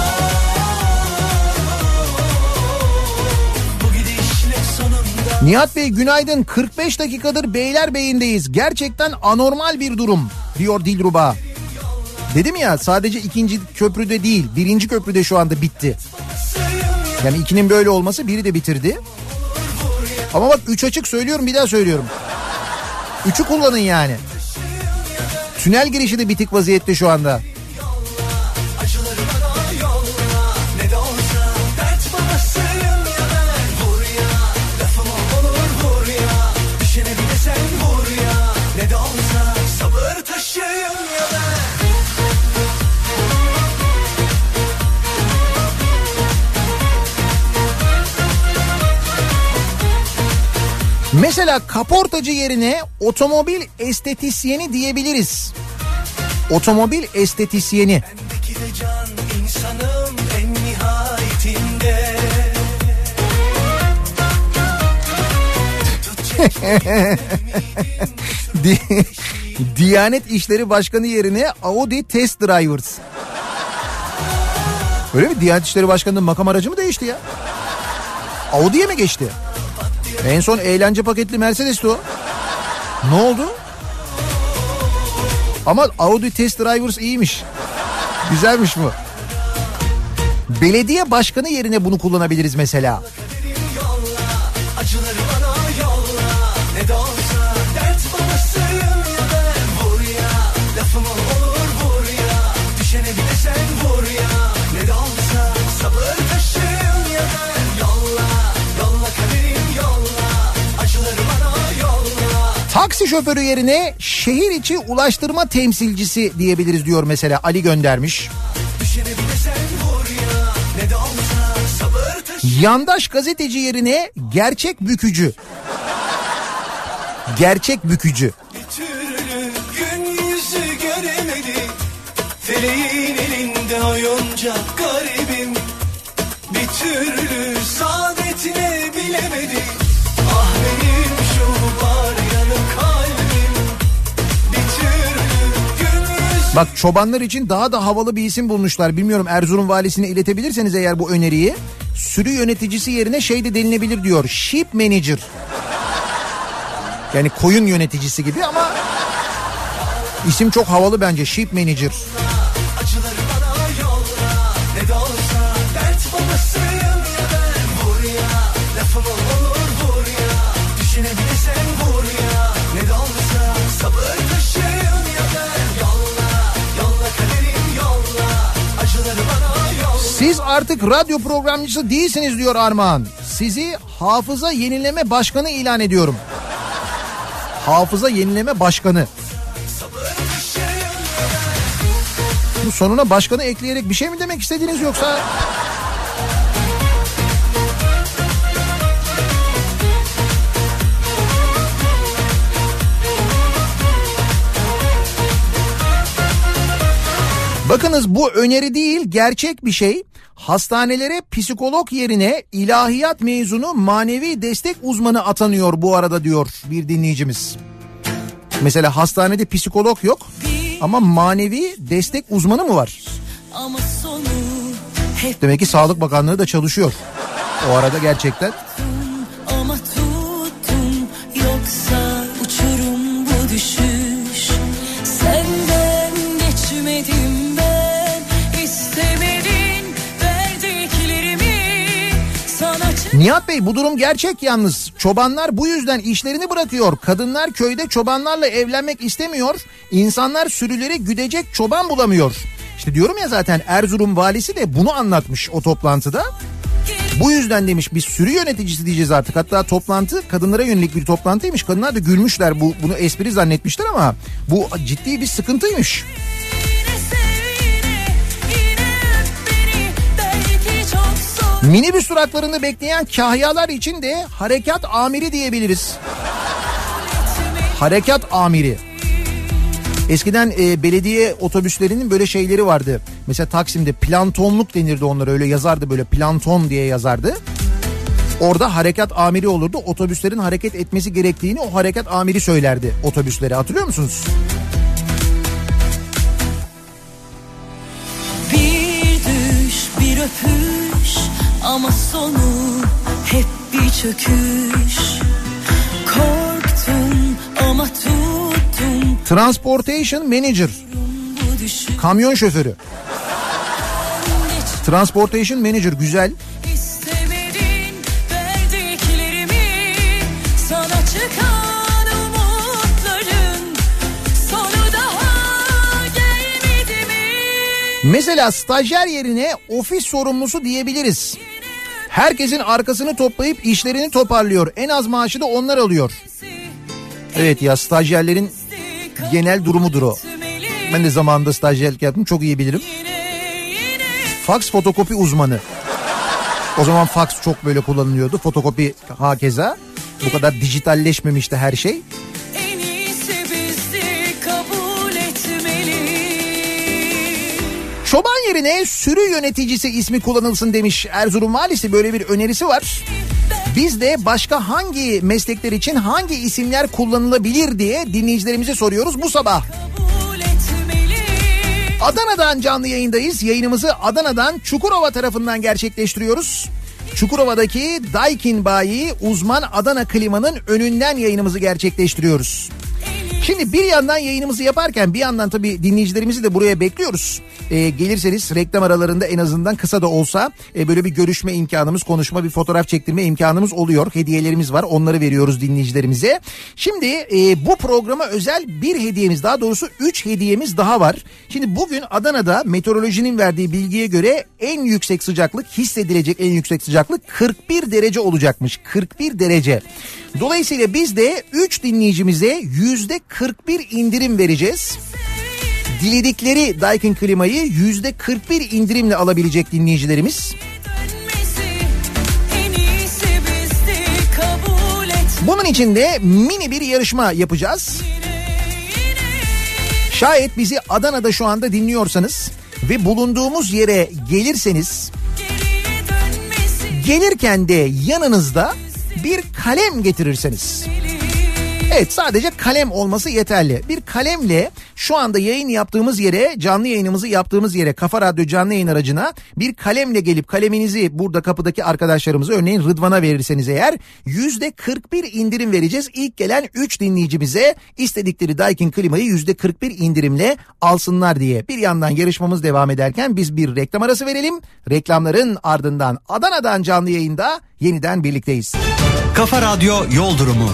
Bu gidişle sonunda. Nihat Bey günaydın, 45 dakikadır Beylerbeyi'ndeyiz. Gerçekten anormal bir durum diyor Dilruba. Dedim ya, sadece ikinci köprüde değil, birinci köprüde şu anda bitti. Yani ikinin böyle olması, biri de bitirdi. Ama bak 3 açık söylüyorum, bir daha söylüyorum. 3'ü kullanın yani. Tünel girişi de bitik vaziyette şu anda. Mesela kaportacı yerine otomobil estetisyeni diyebiliriz. Otomobil estetisyeni. Diyanet İşleri Başkanı yerine Audi Test Drivers. Öyle mi? Diyanet İşleri Başkanı'nın makam aracı mı değişti ya? Audi'ye mi geçti? En son eğlence paketli Mercedes'ti o. Ne oldu? Ama Audi Test Drivers iyiymiş. Güzelmiş bu. Belediye başkanı yerine bunu kullanabiliriz mesela. Acıları bana yolla, ne de olsa dert bana sığın ya da vur ya. Lafım olur vur ya, düşene bir de sen vur ya. Ne de olsa sabır taşıyın ya da yolla, yolla kaderim yolla. Acıları bana yolla. Taksi şoförü yerine şehir içi ulaştırma temsilcisi diyebiliriz diyor mesela, Ali göndermiş. Düşene bir de sen vur ya, ne de olsa sabır taşıyın. Yandaş gazeteci yerine gerçek bükücü. Gerçek bükücü. Bir türlü gün yüzü göremedik. Feleğin elinde oyuncak garibim. Bir türlü saadetine bilemedik. Ah benim şu var yanık kalbim. Bir türlü gün yüzü. Bak, çobanlar için daha da havalı bir isim bulmuşlar. Bilmiyorum, Erzurum valisine iletebilirseniz eğer bu öneriyi. Sürü yöneticisi yerine şey de denilebilir diyor. Sheep manager. Yani koyun yöneticisi gibi ama isim çok havalı bence. Sheep manager. Acıları bana yolla, ne de olsa dert bana sığın ya da vur ya. Lafım olur vur ya, düşene bir de sen vur ya. Ne de olsa sabır taşıyın ya da yolla, yolla kaderim yolla. Acıları bana yolla. Siz artık radyo programcısı değilsiniz diyor Armağan. Sizi hafıza yenileme başkanı ilan ediyorum. Hafıza yenileme başkanı. Bu sonuna başkanı ekleyerek bir şey mi demek istediniz yoksa? Bakınız, bu öneri değil, gerçek bir şey. Hastanelere psikolog yerine ilahiyat mezunu manevi destek uzmanı atanıyor bu arada diyor bir dinleyicimiz. Mesela hastanede psikolog yok ama manevi destek uzmanı mı var? Ama sonu hep Demek ki Sağlık Bakanlığı da çalışıyor o arada gerçekten. ama tuttum, yoksa uçurum bu düşüş. Senden geçmedim ben, istemedin verdiklerimi sana. Nihat Bey, bu durum gerçek yalnız. Çobanlar bu yüzden işlerini bırakıyor. Kadınlar köyde çobanlarla evlenmek istemiyor. İnsanlar sürüleri güdecek çoban bulamıyor. İşte diyorum ya, zaten Erzurum valisi de bunu anlatmış o toplantıda. Bu yüzden demiş, biz sürü yöneticisi diyeceğiz artık. Hatta toplantı kadınlara yönelik bir toplantıymış. Kadınlar da gülmüşler, bunu espri zannetmişler ama bu ciddi bir sıkıntıymış. Minibüs duraklarında bekleyen kahyalar için de harekat amiri diyebiliriz. Harekat amiri. Eskiden belediye otobüslerinin böyle şeyleri vardı. Mesela Taksim'de plantonluk denirdi onlara, öyle yazardı, böyle planton diye yazardı. Orada harekat amiri olurdu. Otobüslerin hareket etmesi gerektiğini o harekat amiri söylerdi otobüslere, hatırlıyor musunuz? Bir düş, bir öpüş, ama sonu hep bir çöküş. Korktum ama tuttum. Transportation manager. Bu düşüş Kamyon şoförü. Transportation manager, güzel. istemedin verdiklerimi, sana çıkan umutların sonu daha gelmedi mi? Mesela stajyer yerine ofis sorumlusu diyebiliriz. Herkesin arkasını toplayıp işlerini toparlıyor. En az maaşı da onlar alıyor. Evet ya, stajyerlerin genel durumudur o. Ben de zamanında stajyerlik yaptım, çok iyi bilirim. Faks fotokopi uzmanı. O zaman faks çok böyle kullanılıyordu. Fotokopi hakeza. Bu kadar dijitalleşmemişti her şey. En iyisi bizi kabul etmeli. Çoban yerine sürü yöneticisi ismi kullanılsın demiş Erzurum valisi, böyle bir önerisi var. Biz de başka hangi meslekler için hangi isimler kullanılabilir diye dinleyicilerimize soruyoruz bu sabah. Adana'dan canlı yayındayız. Yayınımızı Adana'dan Çukurova tarafından gerçekleştiriyoruz. Çukurova'daki Daikin Bayi uzman Adana Klima'nın önünden yayınımızı gerçekleştiriyoruz. Şimdi bir yandan yayınımızı yaparken bir yandan tabii dinleyicilerimizi de buraya bekliyoruz. Gelirseniz reklam aralarında en azından kısa da olsa böyle bir görüşme imkanımız, konuşma, bir fotoğraf çektirme imkanımız oluyor. Hediyelerimiz var, onları veriyoruz dinleyicilerimize. Şimdi bu programa özel bir hediyemiz, daha doğrusu 3 hediyemiz daha var. Şimdi bugün Adana'da meteorolojinin verdiği bilgiye göre en yüksek sıcaklık, hissedilecek en yüksek sıcaklık 41 derece olacakmış. 41 derece. Dolayısıyla biz de 3 dinleyicimize %41 indirim vereceğiz. Diledikleri Daikin klimayı %41 indirimle alabilecek dinleyicilerimiz. Bunun için de mini bir yarışma yapacağız. Şayet bizi Adana'da şu anda dinliyorsanız ve bulunduğumuz yere gelirseniz, gelirken de yanınızda bir kalem getirirseniz. Evet, sadece kalem olması yeterli. Bir kalemle şu anda yayın yaptığımız yere, canlı yayınımızı yaptığımız yere, Kafa Radyo canlı yayın aracına bir kalemle gelip kaleminizi burada kapıdaki arkadaşlarımıza, örneğin Rıdvan'a verirseniz eğer %41 indirim vereceğiz. İlk gelen 3 dinleyicimize istedikleri Daikin klimayı %41 indirimle alsınlar diye. Bir yandan yarışmamız devam ederken biz bir reklam arası verelim. Reklamların ardından Adana'dan canlı yayında yeniden birlikteyiz. Kafa Radyo Yol Durumu.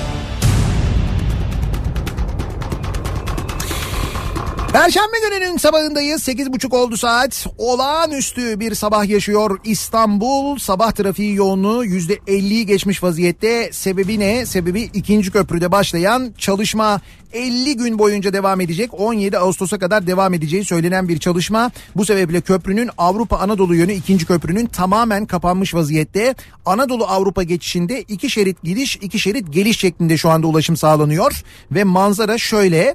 Perşembe gününün sabahındayız. 8.30 oldu saat. Olağanüstü bir sabah yaşıyor İstanbul. Sabah trafiği yoğunluğu %50'yi geçmiş vaziyette. Sebebi ne? Sebebi 2. köprüde başlayan çalışma. 50 gün boyunca devam edecek. 17 Ağustos'a kadar devam edeceği söylenen bir çalışma. Bu sebeple köprünün Avrupa Anadolu yönü 2. köprünün tamamen kapanmış vaziyette. Anadolu Avrupa geçişinde 2 şerit gidiş, 2 şerit geliş şeklinde şu anda ulaşım sağlanıyor. Ve manzara şöyle...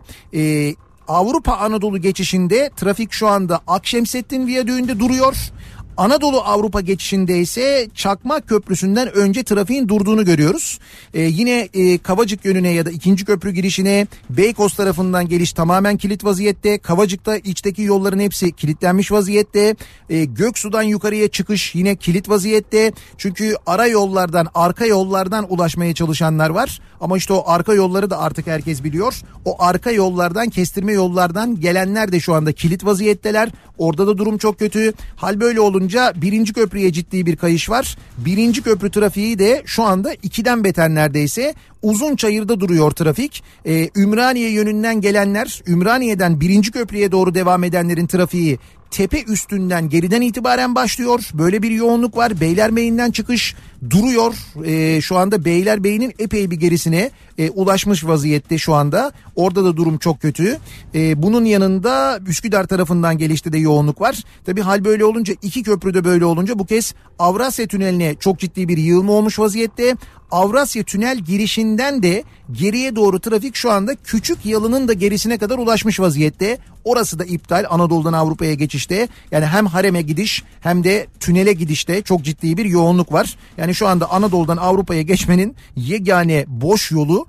Avrupa Anadolu geçişinde trafik şu anda Akşemseddin Viyadüğü'nde duruyor. Anadolu Avrupa geçişinde ise Çakmak Köprüsü'nden önce trafiğin durduğunu görüyoruz. Yine Kavacık yönüne ya da 2. köprü girişine Beykoz tarafından geliş tamamen kilit vaziyette. Kavacık'ta içteki yolların hepsi kilitlenmiş vaziyette. Göksu'dan yukarıya çıkış yine kilit vaziyette. Çünkü ara yollardan, arka yollardan ulaşmaya çalışanlar var. Ama işte o arka yolları da artık herkes biliyor. O arka yollardan, kestirme yollardan gelenler de şu anda kilit vaziyetteler. Orada da durum çok kötü. Hal böyle olunca 1. köprüye ciddi bir kayış var. 1. köprü trafiği de şu anda 2'den beter neredeyse. Uzunçayır'da duruyor trafik. Ümraniye yönünden gelenler, Ümraniye'den 1. köprüye doğru devam edenlerin trafiği tepe üstünden geriden itibaren başlıyor. Böyle bir yoğunluk var. Beylerbeyi'nden çıkış duruyor. Şu anda Beylerbeyi'nin epey bir gerisine ulaşmış vaziyette şu anda. Orada da durum çok kötü. Bunun yanında Üsküdar tarafından gelişte de yoğunluk var. Tabii hal böyle olunca, 2 köprüde böyle olunca bu kez Avrasya Tüneli'ne çok ciddi bir yığılma olmuş vaziyette. Avrasya Tünel girişinden de geriye doğru trafik şu anda Küçük Yalı'nın da gerisine kadar ulaşmış vaziyette. Orası da iptal, Anadolu'dan Avrupa'ya geçişte. Yani hem hareme gidiş hem de tünele gidişte çok ciddi bir yoğunluk var. Yani şu anda Anadolu'dan Avrupa'ya geçmenin yegane boş yolu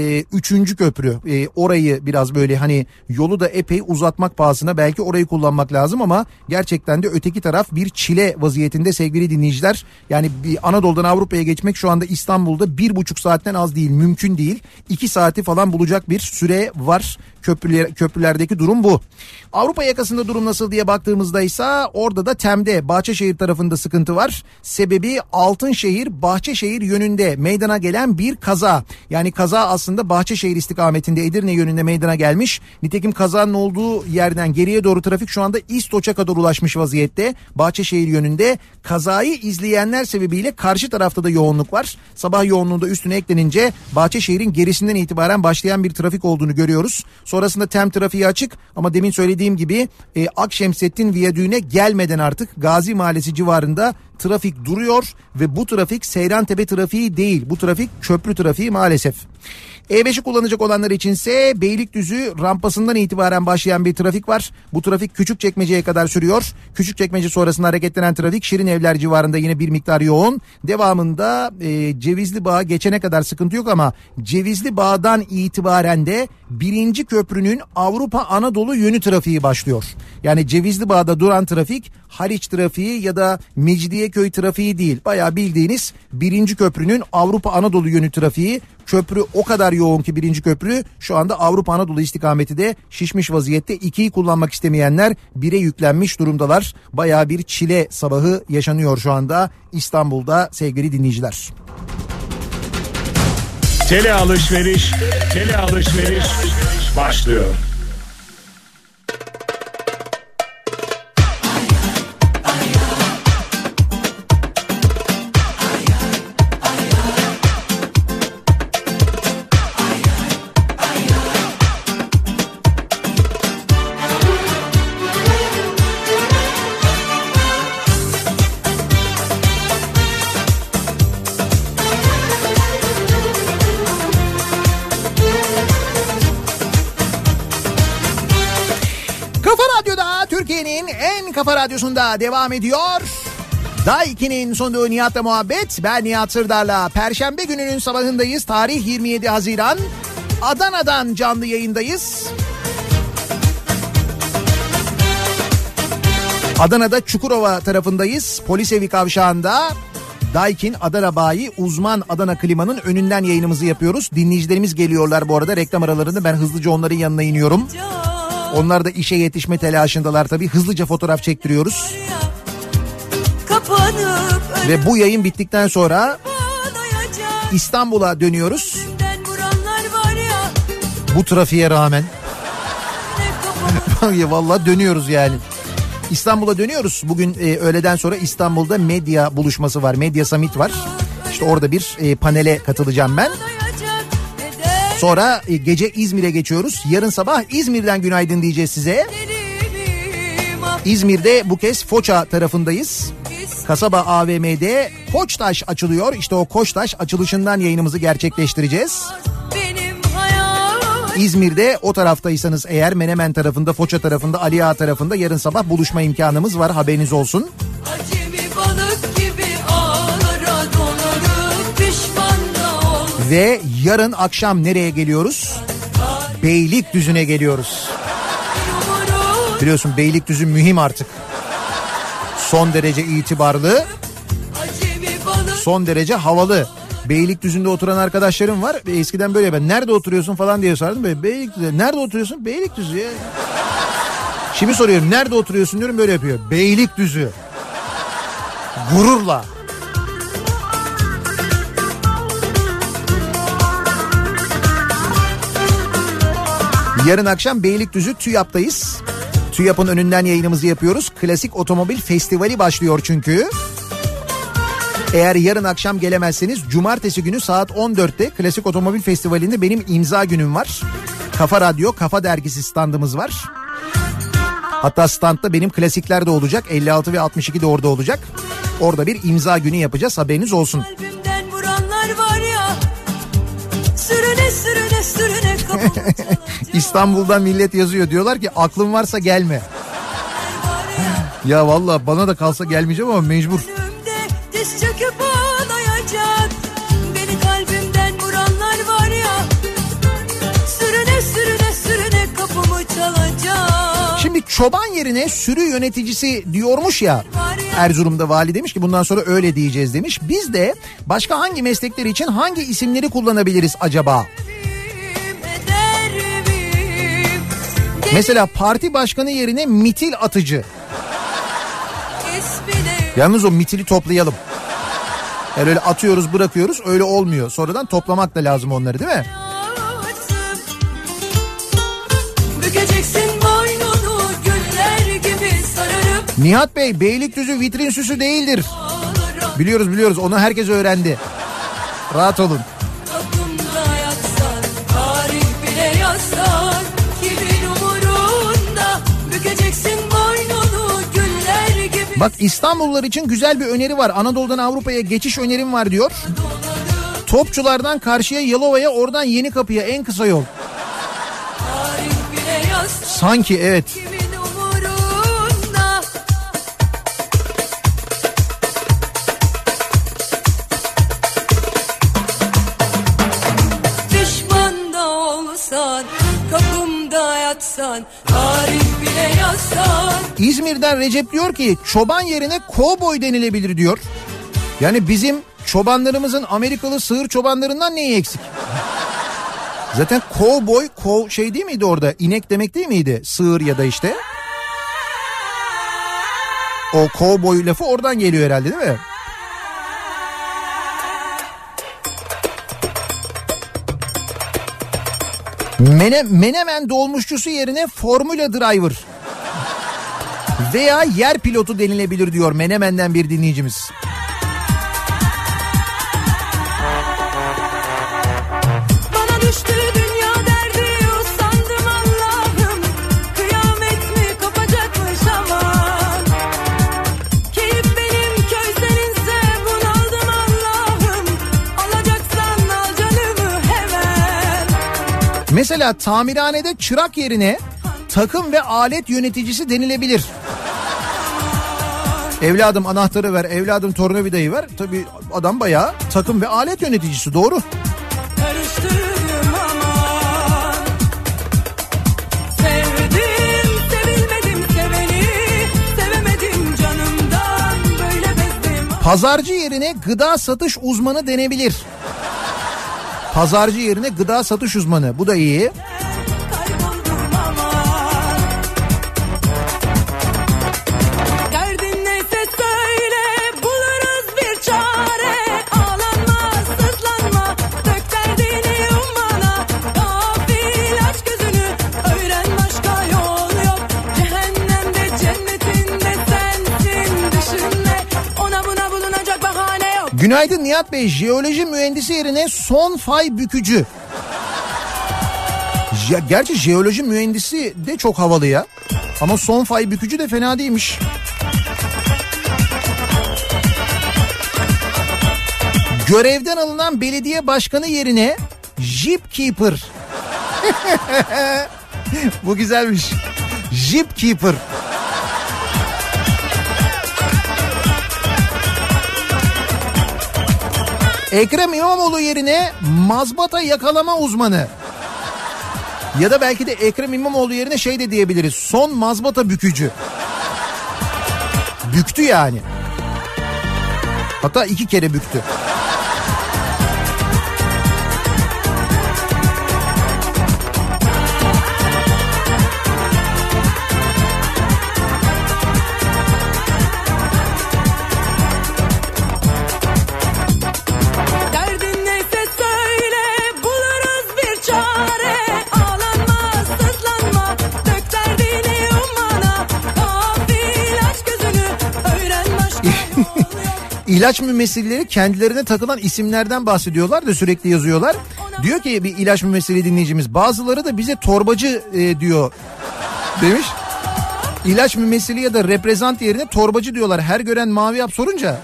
3. köprü. Orayı biraz böyle hani yolu da epey uzatmak pahasına belki orayı kullanmak lazım ama gerçekten de öteki taraf bir çile vaziyetinde sevgili dinleyiciler. Yani bir Anadolu'dan Avrupa'ya geçmek şu anda İstanbul'da 1,5 saatten az değil, mümkün değil. 2 saati falan bulacak bir süre var. Köprülerdeki durum bu. Avrupa yakasında durum nasıl diye baktığımızda ise orada da TEM'de, Bahçeşehir tarafında sıkıntı var. Sebebi Altınşehir, Bahçeşehir yönünde meydana gelen bir kaza. Yani kaza aslında Bahçeşehir istikametinde Edirne yönünde meydana gelmiş. Nitekim kazanın olduğu yerden geriye doğru trafik şu anda İstoç'a kadar ulaşmış vaziyette. Bahçeşehir yönünde kazayı izleyenler sebebiyle karşı tarafta da yoğunluk var. Sabah yoğunluğunda üstüne eklenince Bahçeşehir'in gerisinden itibaren başlayan bir trafik olduğunu görüyoruz. Sonrasında TEM trafiği açık ama demin söylediğim gibi Akşemseddin Viyadüğü'ne gelmeden artık Gazi Mahallesi civarında trafik duruyor ve bu trafik Seyrantepe trafiği değil. Bu trafik köprü trafiği maalesef. E5'i kullanacak olanlar içinse Beylikdüzü rampasından itibaren başlayan bir trafik var. Bu trafik Küçükçekmece'ye kadar sürüyor. Küçükçekmece sonrasında hareketlenen trafik Şirinevler civarında yine bir miktar yoğun. Devamında Cevizli Bağ'a geçene kadar sıkıntı yok ama Cevizli Bağ'dan itibaren de 1. köprünün Avrupa Anadolu yönü trafiği başlıyor. Yani Cevizli Bağ'da duran trafik Haliç trafiği ya da Mecidiye Mecidiyeköy trafiği değil. Bayağı bildiğiniz 1. köprünün Avrupa Anadolu yönü trafiği. Köprü o kadar yoğun ki 1. köprü şu anda Avrupa Anadolu istikameti de şişmiş vaziyette. 2'yi kullanmak istemeyenler 1'e yüklenmiş durumdalar. Bayağı bir çile sabahı yaşanıyor şu anda İstanbul'da sevgili dinleyiciler. Tele alışveriş başlıyor. Kafa Radyosu'nda devam ediyor. Daiki'nin sunduğu Nihat'la muhabbet. Ben Nihat Sırdar'la. Perşembe gününün sabahındayız. Tarih 27 Haziran. Adana'dan canlı yayındayız. Adana'da Çukurova tarafındayız. Polis evi kavşağında. Daikin Adana Bayi uzman Adana Klima'nın önünden yayınımızı yapıyoruz. Dinleyicilerimiz geliyorlar bu arada. Reklam aralarında ben hızlıca onların yanına iniyorum. Onlar da işe yetişme telaşındalar tabii. Hızlıca fotoğraf çektiriyoruz. Ve bu yayın bittikten sonra İstanbul'a dönüyoruz. Bu trafiğe rağmen. Vallahi dönüyoruz yani. İstanbul'a dönüyoruz. Bugün öğleden sonra İstanbul'da medya buluşması var. Medya Summit var. İşte orada bir panele katılacağım ben. Sonra gece İzmir'e geçiyoruz. Yarın sabah İzmir'den günaydın diyeceğiz size. İzmir'de bu kez Foça tarafındayız. Kasaba AVM'de Koçtaş açılıyor. İşte o Koçtaş açılışından yayınımızı gerçekleştireceğiz. İzmir'de o taraftaysanız eğer Menemen tarafında, Foça tarafında, Ali Ağa tarafında yarın sabah buluşma imkanımız var. Haberiniz olsun. Ve yarın akşam nereye geliyoruz? Beylikdüzü'ne geliyoruz. Biliyorsun Beylikdüzü mühim artık. Son derece itibarlı, son derece havalı. Beylikdüzü'nde oturan arkadaşlarım var. Eskiden böyle ben nerede oturuyorsun falan diye sorardım. Böyle Beylikdüzü. Nerede oturuyorsun? Beylikdüzü ya. Şimdi soruyorum nerede oturuyorsun diyorum, böyle yapıyor. Beylikdüzü. Gururla. Yarın akşam Beylikdüzü TÜYAP'tayız. TÜYAP'ın önünden yayınımızı yapıyoruz. Klasik Otomobil Festivali başlıyor çünkü. Eğer yarın akşam gelemezseniz cumartesi günü saat 14'te Klasik Otomobil Festivali'nde benim imza günüm var. Kafa Radyo, Kafa Dergisi standımız var. Hatta standta benim klasikler de olacak. 56 ve 62 de orada olacak. Orada bir imza günü yapacağız, haberiniz olsun. İstanbul'dan millet yazıyor, diyorlar ki aklın varsa gelme. Ya vallahi bana da kalsa gelmeyeceğim ama mecbur. Beni kalbimden vuranlar var ya, sürüne sürüne sürüne kapımı çalacak. Şimdi çoban yerine sürü yöneticisi diyormuş ya, Erzurum'da vali demiş ki bundan sonra öyle diyeceğiz demiş. Biz de başka hangi meslekler için hangi isimleri kullanabiliriz acaba? Mesela parti başkanı yerine mitil atıcı. Yalnız o mitili toplayalım. Yani öyle atıyoruz bırakıyoruz, öyle olmuyor. Sonradan toplamak da lazım onları, değil mi? Nihat Bey, Beylikdüzü vitrin süsü değildir. Biliyoruz, onu herkes öğrendi. Rahat olun. Bak İstanbullular için güzel bir öneri var. Anadolu'dan Avrupa'ya geçiş önerim var diyor. Topçulardan karşıya Yalova'ya, oradan Yenikapı'ya en kısa yol. Sanki evet. Düşman da olsan, kapımda yatsan, tarih bile olmazsan. İzmir'den Recep diyor ki çoban yerine kovboy denilebilir diyor. Yani bizim çobanlarımızın Amerikalı sığır çobanlarından neyi eksik? Zaten kovboy şey değil miydi orada? İnek demek değil miydi? Sığır ya da işte. O kovboy lafı oradan geliyor herhalde değil mi? Menemen dolmuşçusu yerine Formula Driver veya yer pilotu denilebilir diyor Menemen'den bir dinleyicimiz. Bana düştü dünya derdi usandım Allah'ım. Kıyamet mi kopacakmış aman. Keyif benim köy seninse bunaldım Allah'ım. Alacaksan al canımı hemen. Mesela tamirhanede çırak yerine takım ve alet yöneticisi denilebilir. Evladım anahtarı ver, evladım tornavidayı ver. Tabii adam bayağı takım ve alet yöneticisi, doğru. Karıştırdım aman. Sevdim, sevilmedim seveni. Sevemedim canımdan böyle bezdim. Pazarcı yerine gıda satış uzmanı denebilir. Pazarcı yerine gıda satış uzmanı, bu da iyi. Derdin neyse söyle buluruz bir çare. Ağlanma sızlanma dök derdini ummana. Gafil aç gözünü öğren başka yol yok. Cehennemde cennetinde sensin düşünme. Ona buna bulunacak bahane yok. Günaydın Nihat Bey, jeoloji mühendisi yerine son fay bükücü. Gerçi jeoloji mühendisi de çok havalı ya. Ama son fay bükücü de fena değilmiş. Görevden alınan belediye başkanı yerine Jeep Keeper. Bu güzelmiş. Jeep Keeper. Ekrem İmamoğlu yerine mazbata yakalama uzmanı. Ya da belki de Ekrem İmamoğlu yerine şey de diyebiliriz. Son mazbata bükücü. Büktü yani. Hatta 2 kere büktü. Derdin neyse söyle buluruz bir çare. Ağlanma sızlanma dök derdini ummana. Gafil aç gözünü öğren başka yol yok. İlaç mümessilleri kendilerine takılan isimlerden bahsediyorlar da sürekli yazıyorlar. Diyor ki bir ilaç mümessili dinleyicimiz, bazıları da bize torbacı diyor demiş. İlaç mümessili ya da reprezent yerine torbacı diyorlar. Her gören mavi yap sorunca.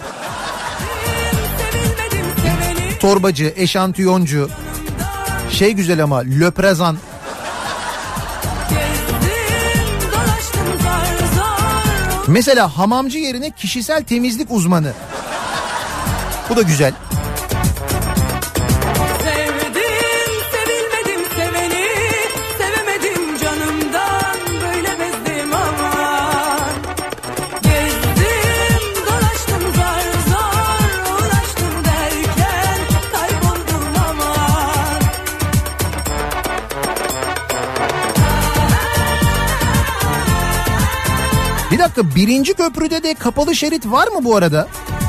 Torbacı, eşantiyoncu. Şey güzel ama löprezan. Mesela hamamcı yerine kişisel temizlik uzmanı. Bu da güzel. Sevdim, sevilmedim seveni. Sevemedim canımdan böyle bezdim aman. Gezdim, dolaştım zar zor. Ulaştım derken kayboldum aman. Bir dakika, 1. köprüde de kapalı şerit var mı bu arada?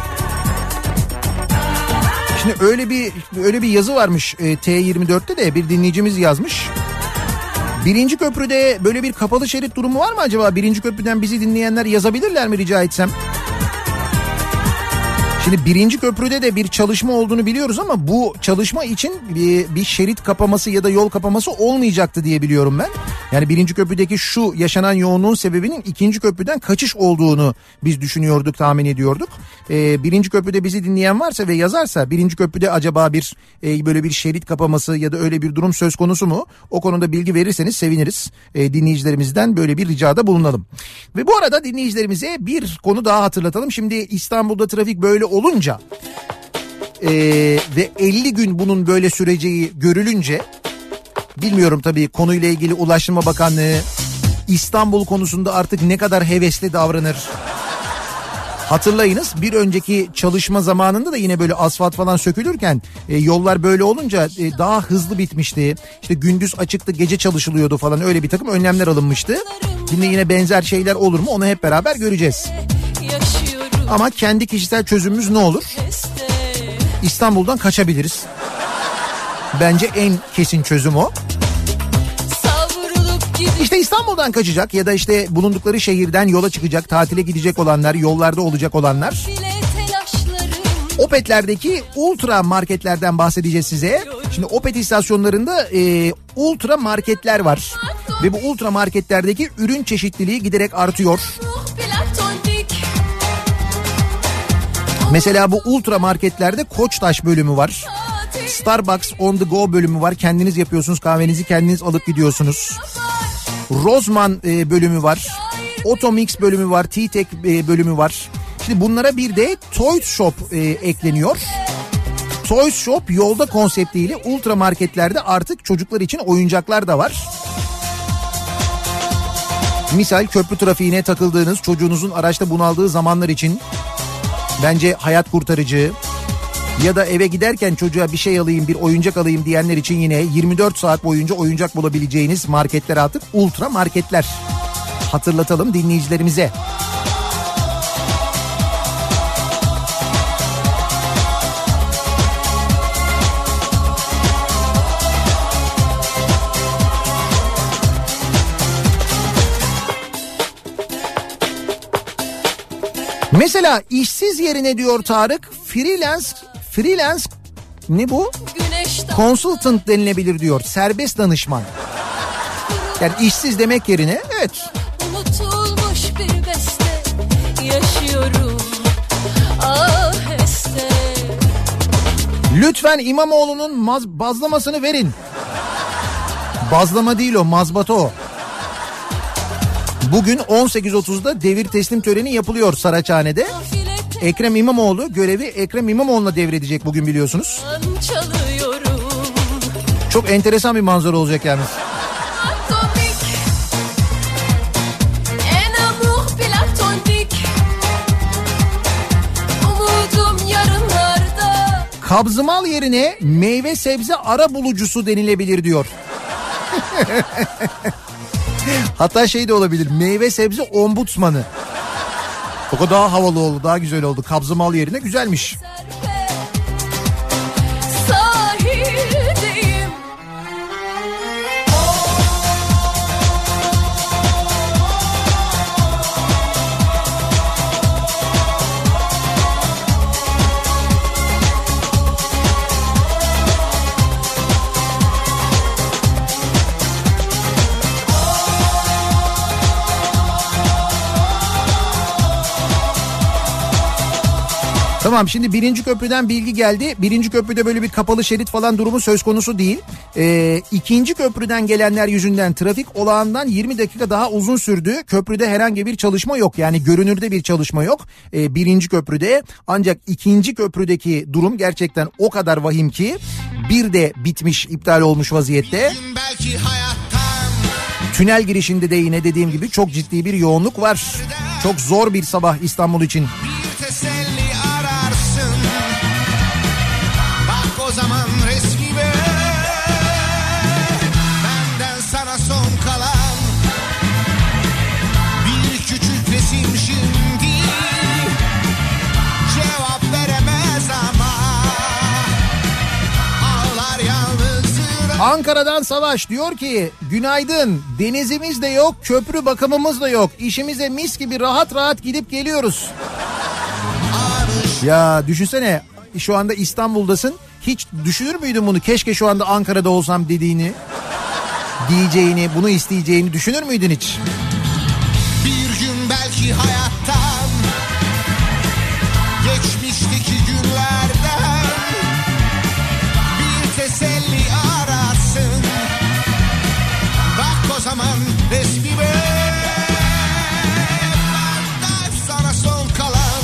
Şimdi öyle bir yazı varmış T24'te de bir dinleyicimiz yazmış. 1. köprüde böyle bir kapalı şerit durumu var mı acaba? 1. köprüden bizi dinleyenler yazabilirler mi rica etsem? Şimdi 1. köprüde de bir çalışma olduğunu biliyoruz ama bu çalışma için bir şerit kapaması ya da yol kapaması olmayacaktı diye biliyorum ben. Yani 1. köprüdeki şu yaşanan yoğunluğun sebebinin 2. köprüden kaçış olduğunu biz düşünüyorduk, tahmin ediyorduk. 1. köprüde bizi dinleyen varsa ve yazarsa 1. köprüde acaba bir böyle bir şerit kapaması ya da öyle bir durum söz konusu mu? O konuda bilgi verirseniz seviniriz. Dinleyicilerimizden böyle bir ricada bulunalım. Ve bu arada dinleyicilerimize bir konu daha hatırlatalım. Şimdi İstanbul'da trafik böyle olunca ve 50 gün bunun böyle süreceği görülünce, bilmiyorum tabii konuyla ilgili Ulaştırma Bakanlığı İstanbul konusunda artık ne kadar hevesli davranır. Hatırlayınız, bir önceki çalışma zamanında da yine böyle asfalt falan sökülürken yollar böyle olunca daha hızlı bitmişti. İşte gündüz açıktı, gece çalışılıyordu falan, öyle bir takım önlemler alınmıştı. Yine benzer şeyler olur mu, onu hep beraber göreceğiz. Ama kendi kişisel çözümümüz ne olur? İstanbul'dan kaçabiliriz. Bence en kesin çözüm o. İşte İstanbul'dan kaçacak ya da işte bulundukları şehirden yola çıkacak, tatile gidecek olanlar, yollarda olacak olanlar. Opet'lerdeki ultra marketlerden bahsedeceğiz size. Şimdi Opet istasyonlarında ultra marketler var. Ve bu ultra marketlerdeki ürün çeşitliliği giderek artıyor. Mesela bu ultra marketlerde Koçtaş bölümü var. Starbucks on the go bölümü var. Kendiniz yapıyorsunuz, kahvenizi kendiniz alıp gidiyorsunuz. Rozman bölümü var. Otomix bölümü var. T-Tek bölümü var. Şimdi bunlara bir de Toys Shop ekleniyor. Toys Shop yolda konseptiyle ultra marketlerde artık çocuklar için oyuncaklar da var. Misal köprü trafiğine takıldığınız, çocuğunuzun araçta bunaldığı zamanlar için bence hayat kurtarıcı. Ya da eve giderken çocuğa bir şey alayım, bir oyuncak alayım diyenler için yine 24 saat boyunca oyuncak bulabileceğiniz marketler artık ultra marketler. Hatırlatalım dinleyicilerimize. Mesela işsiz yerine diyor Tarık, freelance ne bu? Consultant denilebilir diyor. Serbest danışman. Yani işsiz demek yerine evet. Unutulmuş bir beste yaşıyorum. Aheste. Lütfen İmamoğlu'nun bazlamasını verin. Bazlama değil o, mazbata o. Bugün 18.30'da devir teslim töreni yapılıyor Saraçhane'de. Ekrem İmamoğlu görevi Ekrem İmamoğlu'na devredecek bugün, biliyorsunuz. Çok enteresan bir manzara olacak yalnız. Kabzımal yerine meyve sebze ara bulucusu denilebilir diyor. Hatta şey de olabilir, meyve sebze ombudsmanı. O daha havalı oldu, daha güzel oldu. Kabzımal yerine güzelmiş. Tamam, şimdi birinci köprüden bilgi geldi. Birinci köprüde böyle bir kapalı şerit falan durumu söz konusu değil. İkinci köprüden gelenler yüzünden trafik olağandan 20 dakika daha uzun sürdü. Köprüde herhangi bir çalışma yok. Yani görünürde bir çalışma yok. Birinci köprüde, ancak ikinci köprüdeki durum gerçekten o kadar vahim ki bir de bitmiş, iptal olmuş vaziyette. Tünel girişinde de yine dediğim gibi çok ciddi bir yoğunluk var. Çok zor bir sabah İstanbul için. O zaman resmime benden sana son kalan bir küçük resim, şimdi cevap veremez ama ağlar yalnızdır. Ankara'dan Savaş diyor ki günaydın, denizimiz de yok, köprü bakımımız da yok, işimize mis gibi rahat rahat gidip geliyoruz. Ya düşünsene, şu anda İstanbul'dasın. Hiç düşünür müydün bunu? Keşke şu anda Ankara'da olsam diyeceğini, bunu isteyeceğini düşünür müydün hiç? Bir gün belki hayattan, geçmişteki günlerden bir teselli ararsın. Bak o zaman resmime, benden sana son kalan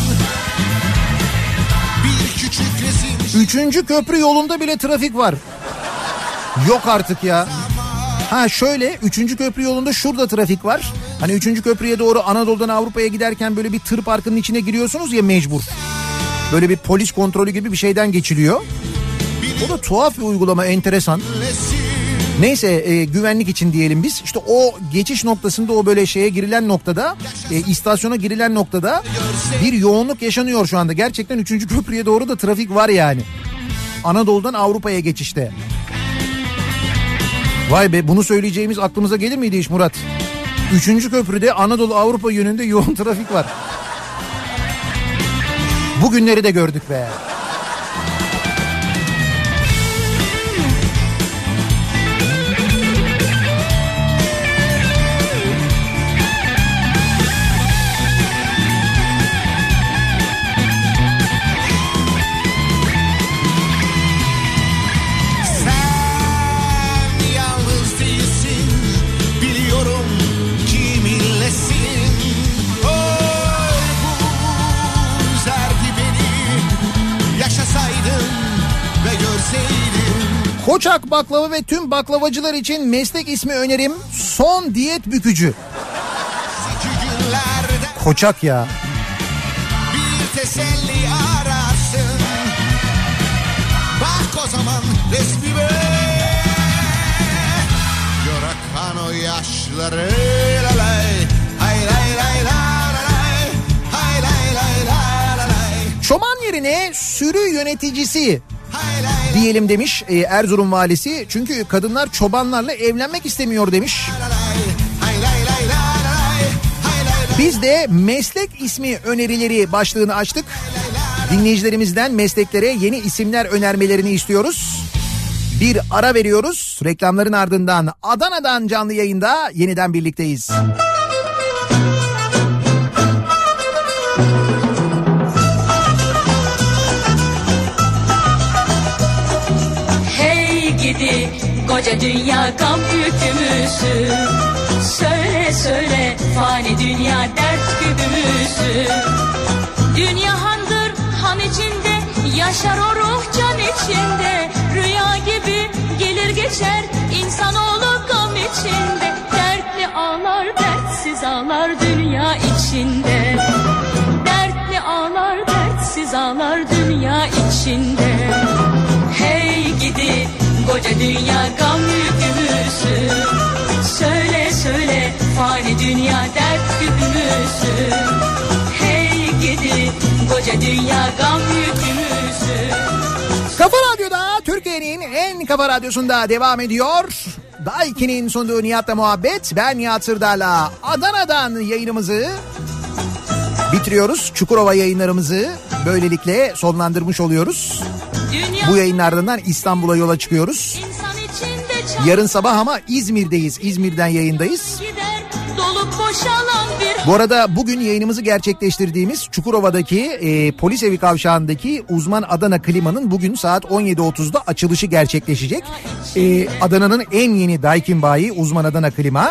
bir küçük resim. 3. köprü yolunda bile trafik var. Yok artık ya. Ha şöyle 3. köprü yolunda şurada trafik var. Hani 3. köprüye doğru Anadolu'dan Avrupa'ya giderken böyle bir tır parkının içine giriyorsunuz ya mecbur. Böyle bir polis kontrolü gibi bir şeyden geçiliyor. O da tuhaf bir uygulama, enteresan. Neyse güvenlik için diyelim biz. İşte o geçiş noktasında, o böyle şeye girilen noktada, istasyona girilen noktada bir yoğunluk yaşanıyor şu anda. Gerçekten 3. köprüye doğru da trafik var yani. Anadolu'dan Avrupa'ya geçişte. Vay be, bunu söyleyeceğimiz aklımıza gelir miydi hiç Murat? 3. köprüde Anadolu Avrupa yönünde yoğun trafik var. Bugünleri de gördük be. Koçak baklava ve tüm baklavacılar için meslek ismi önerim son diyet bükücü. Koçak ya. Bir teselli ararsın. Bak o zaman resmime. Gör akan o yaşları. Hay lay lay lay. Hay lay lay lay. Çoban yerine sürü yöneticisi diyelim demiş Erzurum valisi. Çünkü kadınlar çobanlarla evlenmek istemiyor demiş. Biz de meslek ismi önerileri başlığını açtık. Dinleyicilerimizden mesleklere yeni isimler önermelerini istiyoruz. Bir ara veriyoruz. Reklamların ardından Adana'dan canlı yayında yeniden birlikteyiz. Gidi koca dünya gam yükümüzü. Söyle söyle fani dünya dert güdümüzü. Dünya handır han içinde, yaşar o ruh can içinde. Rüya gibi gelir geçer insanoğlu gam içinde. Dertli ağlar dertsiz ağlar dünya içinde. Dertli ağlar dertsiz ağlar dünya içinde. Hey gidi koca dünya gam yükümüzü. Söyle söyle fani dünya dert güdümüzü. Hey gidi koca dünya gam yükümüzü. Kafa Radyo'da, Türkiye'nin en kafa radyosunda devam ediyor. Daiki'nin sunduğu Nihat'la muhabbet. Ben Nihat Sırdar'la Adana'dan yayınımızı bitiriyoruz. Çukurova yayınlarımızı böylelikle sonlandırmış oluyoruz. Bu yayının ardından İstanbul'a yola çıkıyoruz. Yarın sabah ama İzmir'deyiz. İzmir'den yayındayız. Bu arada bugün yayınımızı gerçekleştirdiğimiz Çukurova'daki polis evi kavşağındaki Uzman Adana Klima'nın bugün saat 17.30'da açılışı gerçekleşecek. Adana'nın en yeni Daikin bayi Uzman Adana Klima.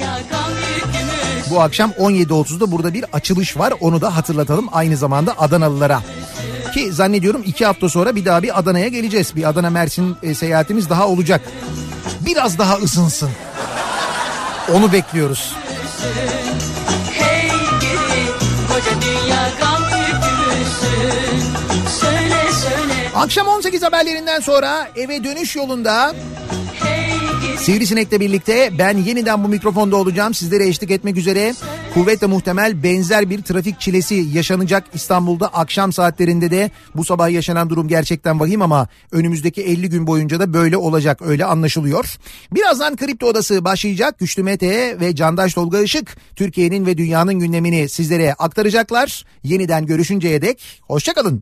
Bu akşam 17.30'da burada bir açılış var. Onu da hatırlatalım aynı zamanda Adanalılara. Ki zannediyorum 2 hafta sonra bir daha bir Adana'ya geleceğiz. Bir Adana-Mersin seyahatimiz daha olacak. Biraz daha ısınsın. Onu bekliyoruz. Hey gidi koca dünya gam yükümüzü. Söyle söyle. Akşam 18 haberlerinden sonra eve dönüş yolunda Sivrisinek'le birlikte ben yeniden bu mikrofonda olacağım. Sizlere eşlik etmek üzere. Kuvvetle muhtemel benzer bir trafik çilesi yaşanacak İstanbul'da akşam saatlerinde de. Bu sabah yaşanan durum gerçekten vahim ama önümüzdeki 50 gün boyunca da böyle olacak, öyle anlaşılıyor. Birazdan Kripto Odası başlayacak. Güçlü Mete ve Candaş Tolga Işık Türkiye'nin ve dünyanın gündemini sizlere aktaracaklar. Yeniden görüşünceye dek hoşça kalın.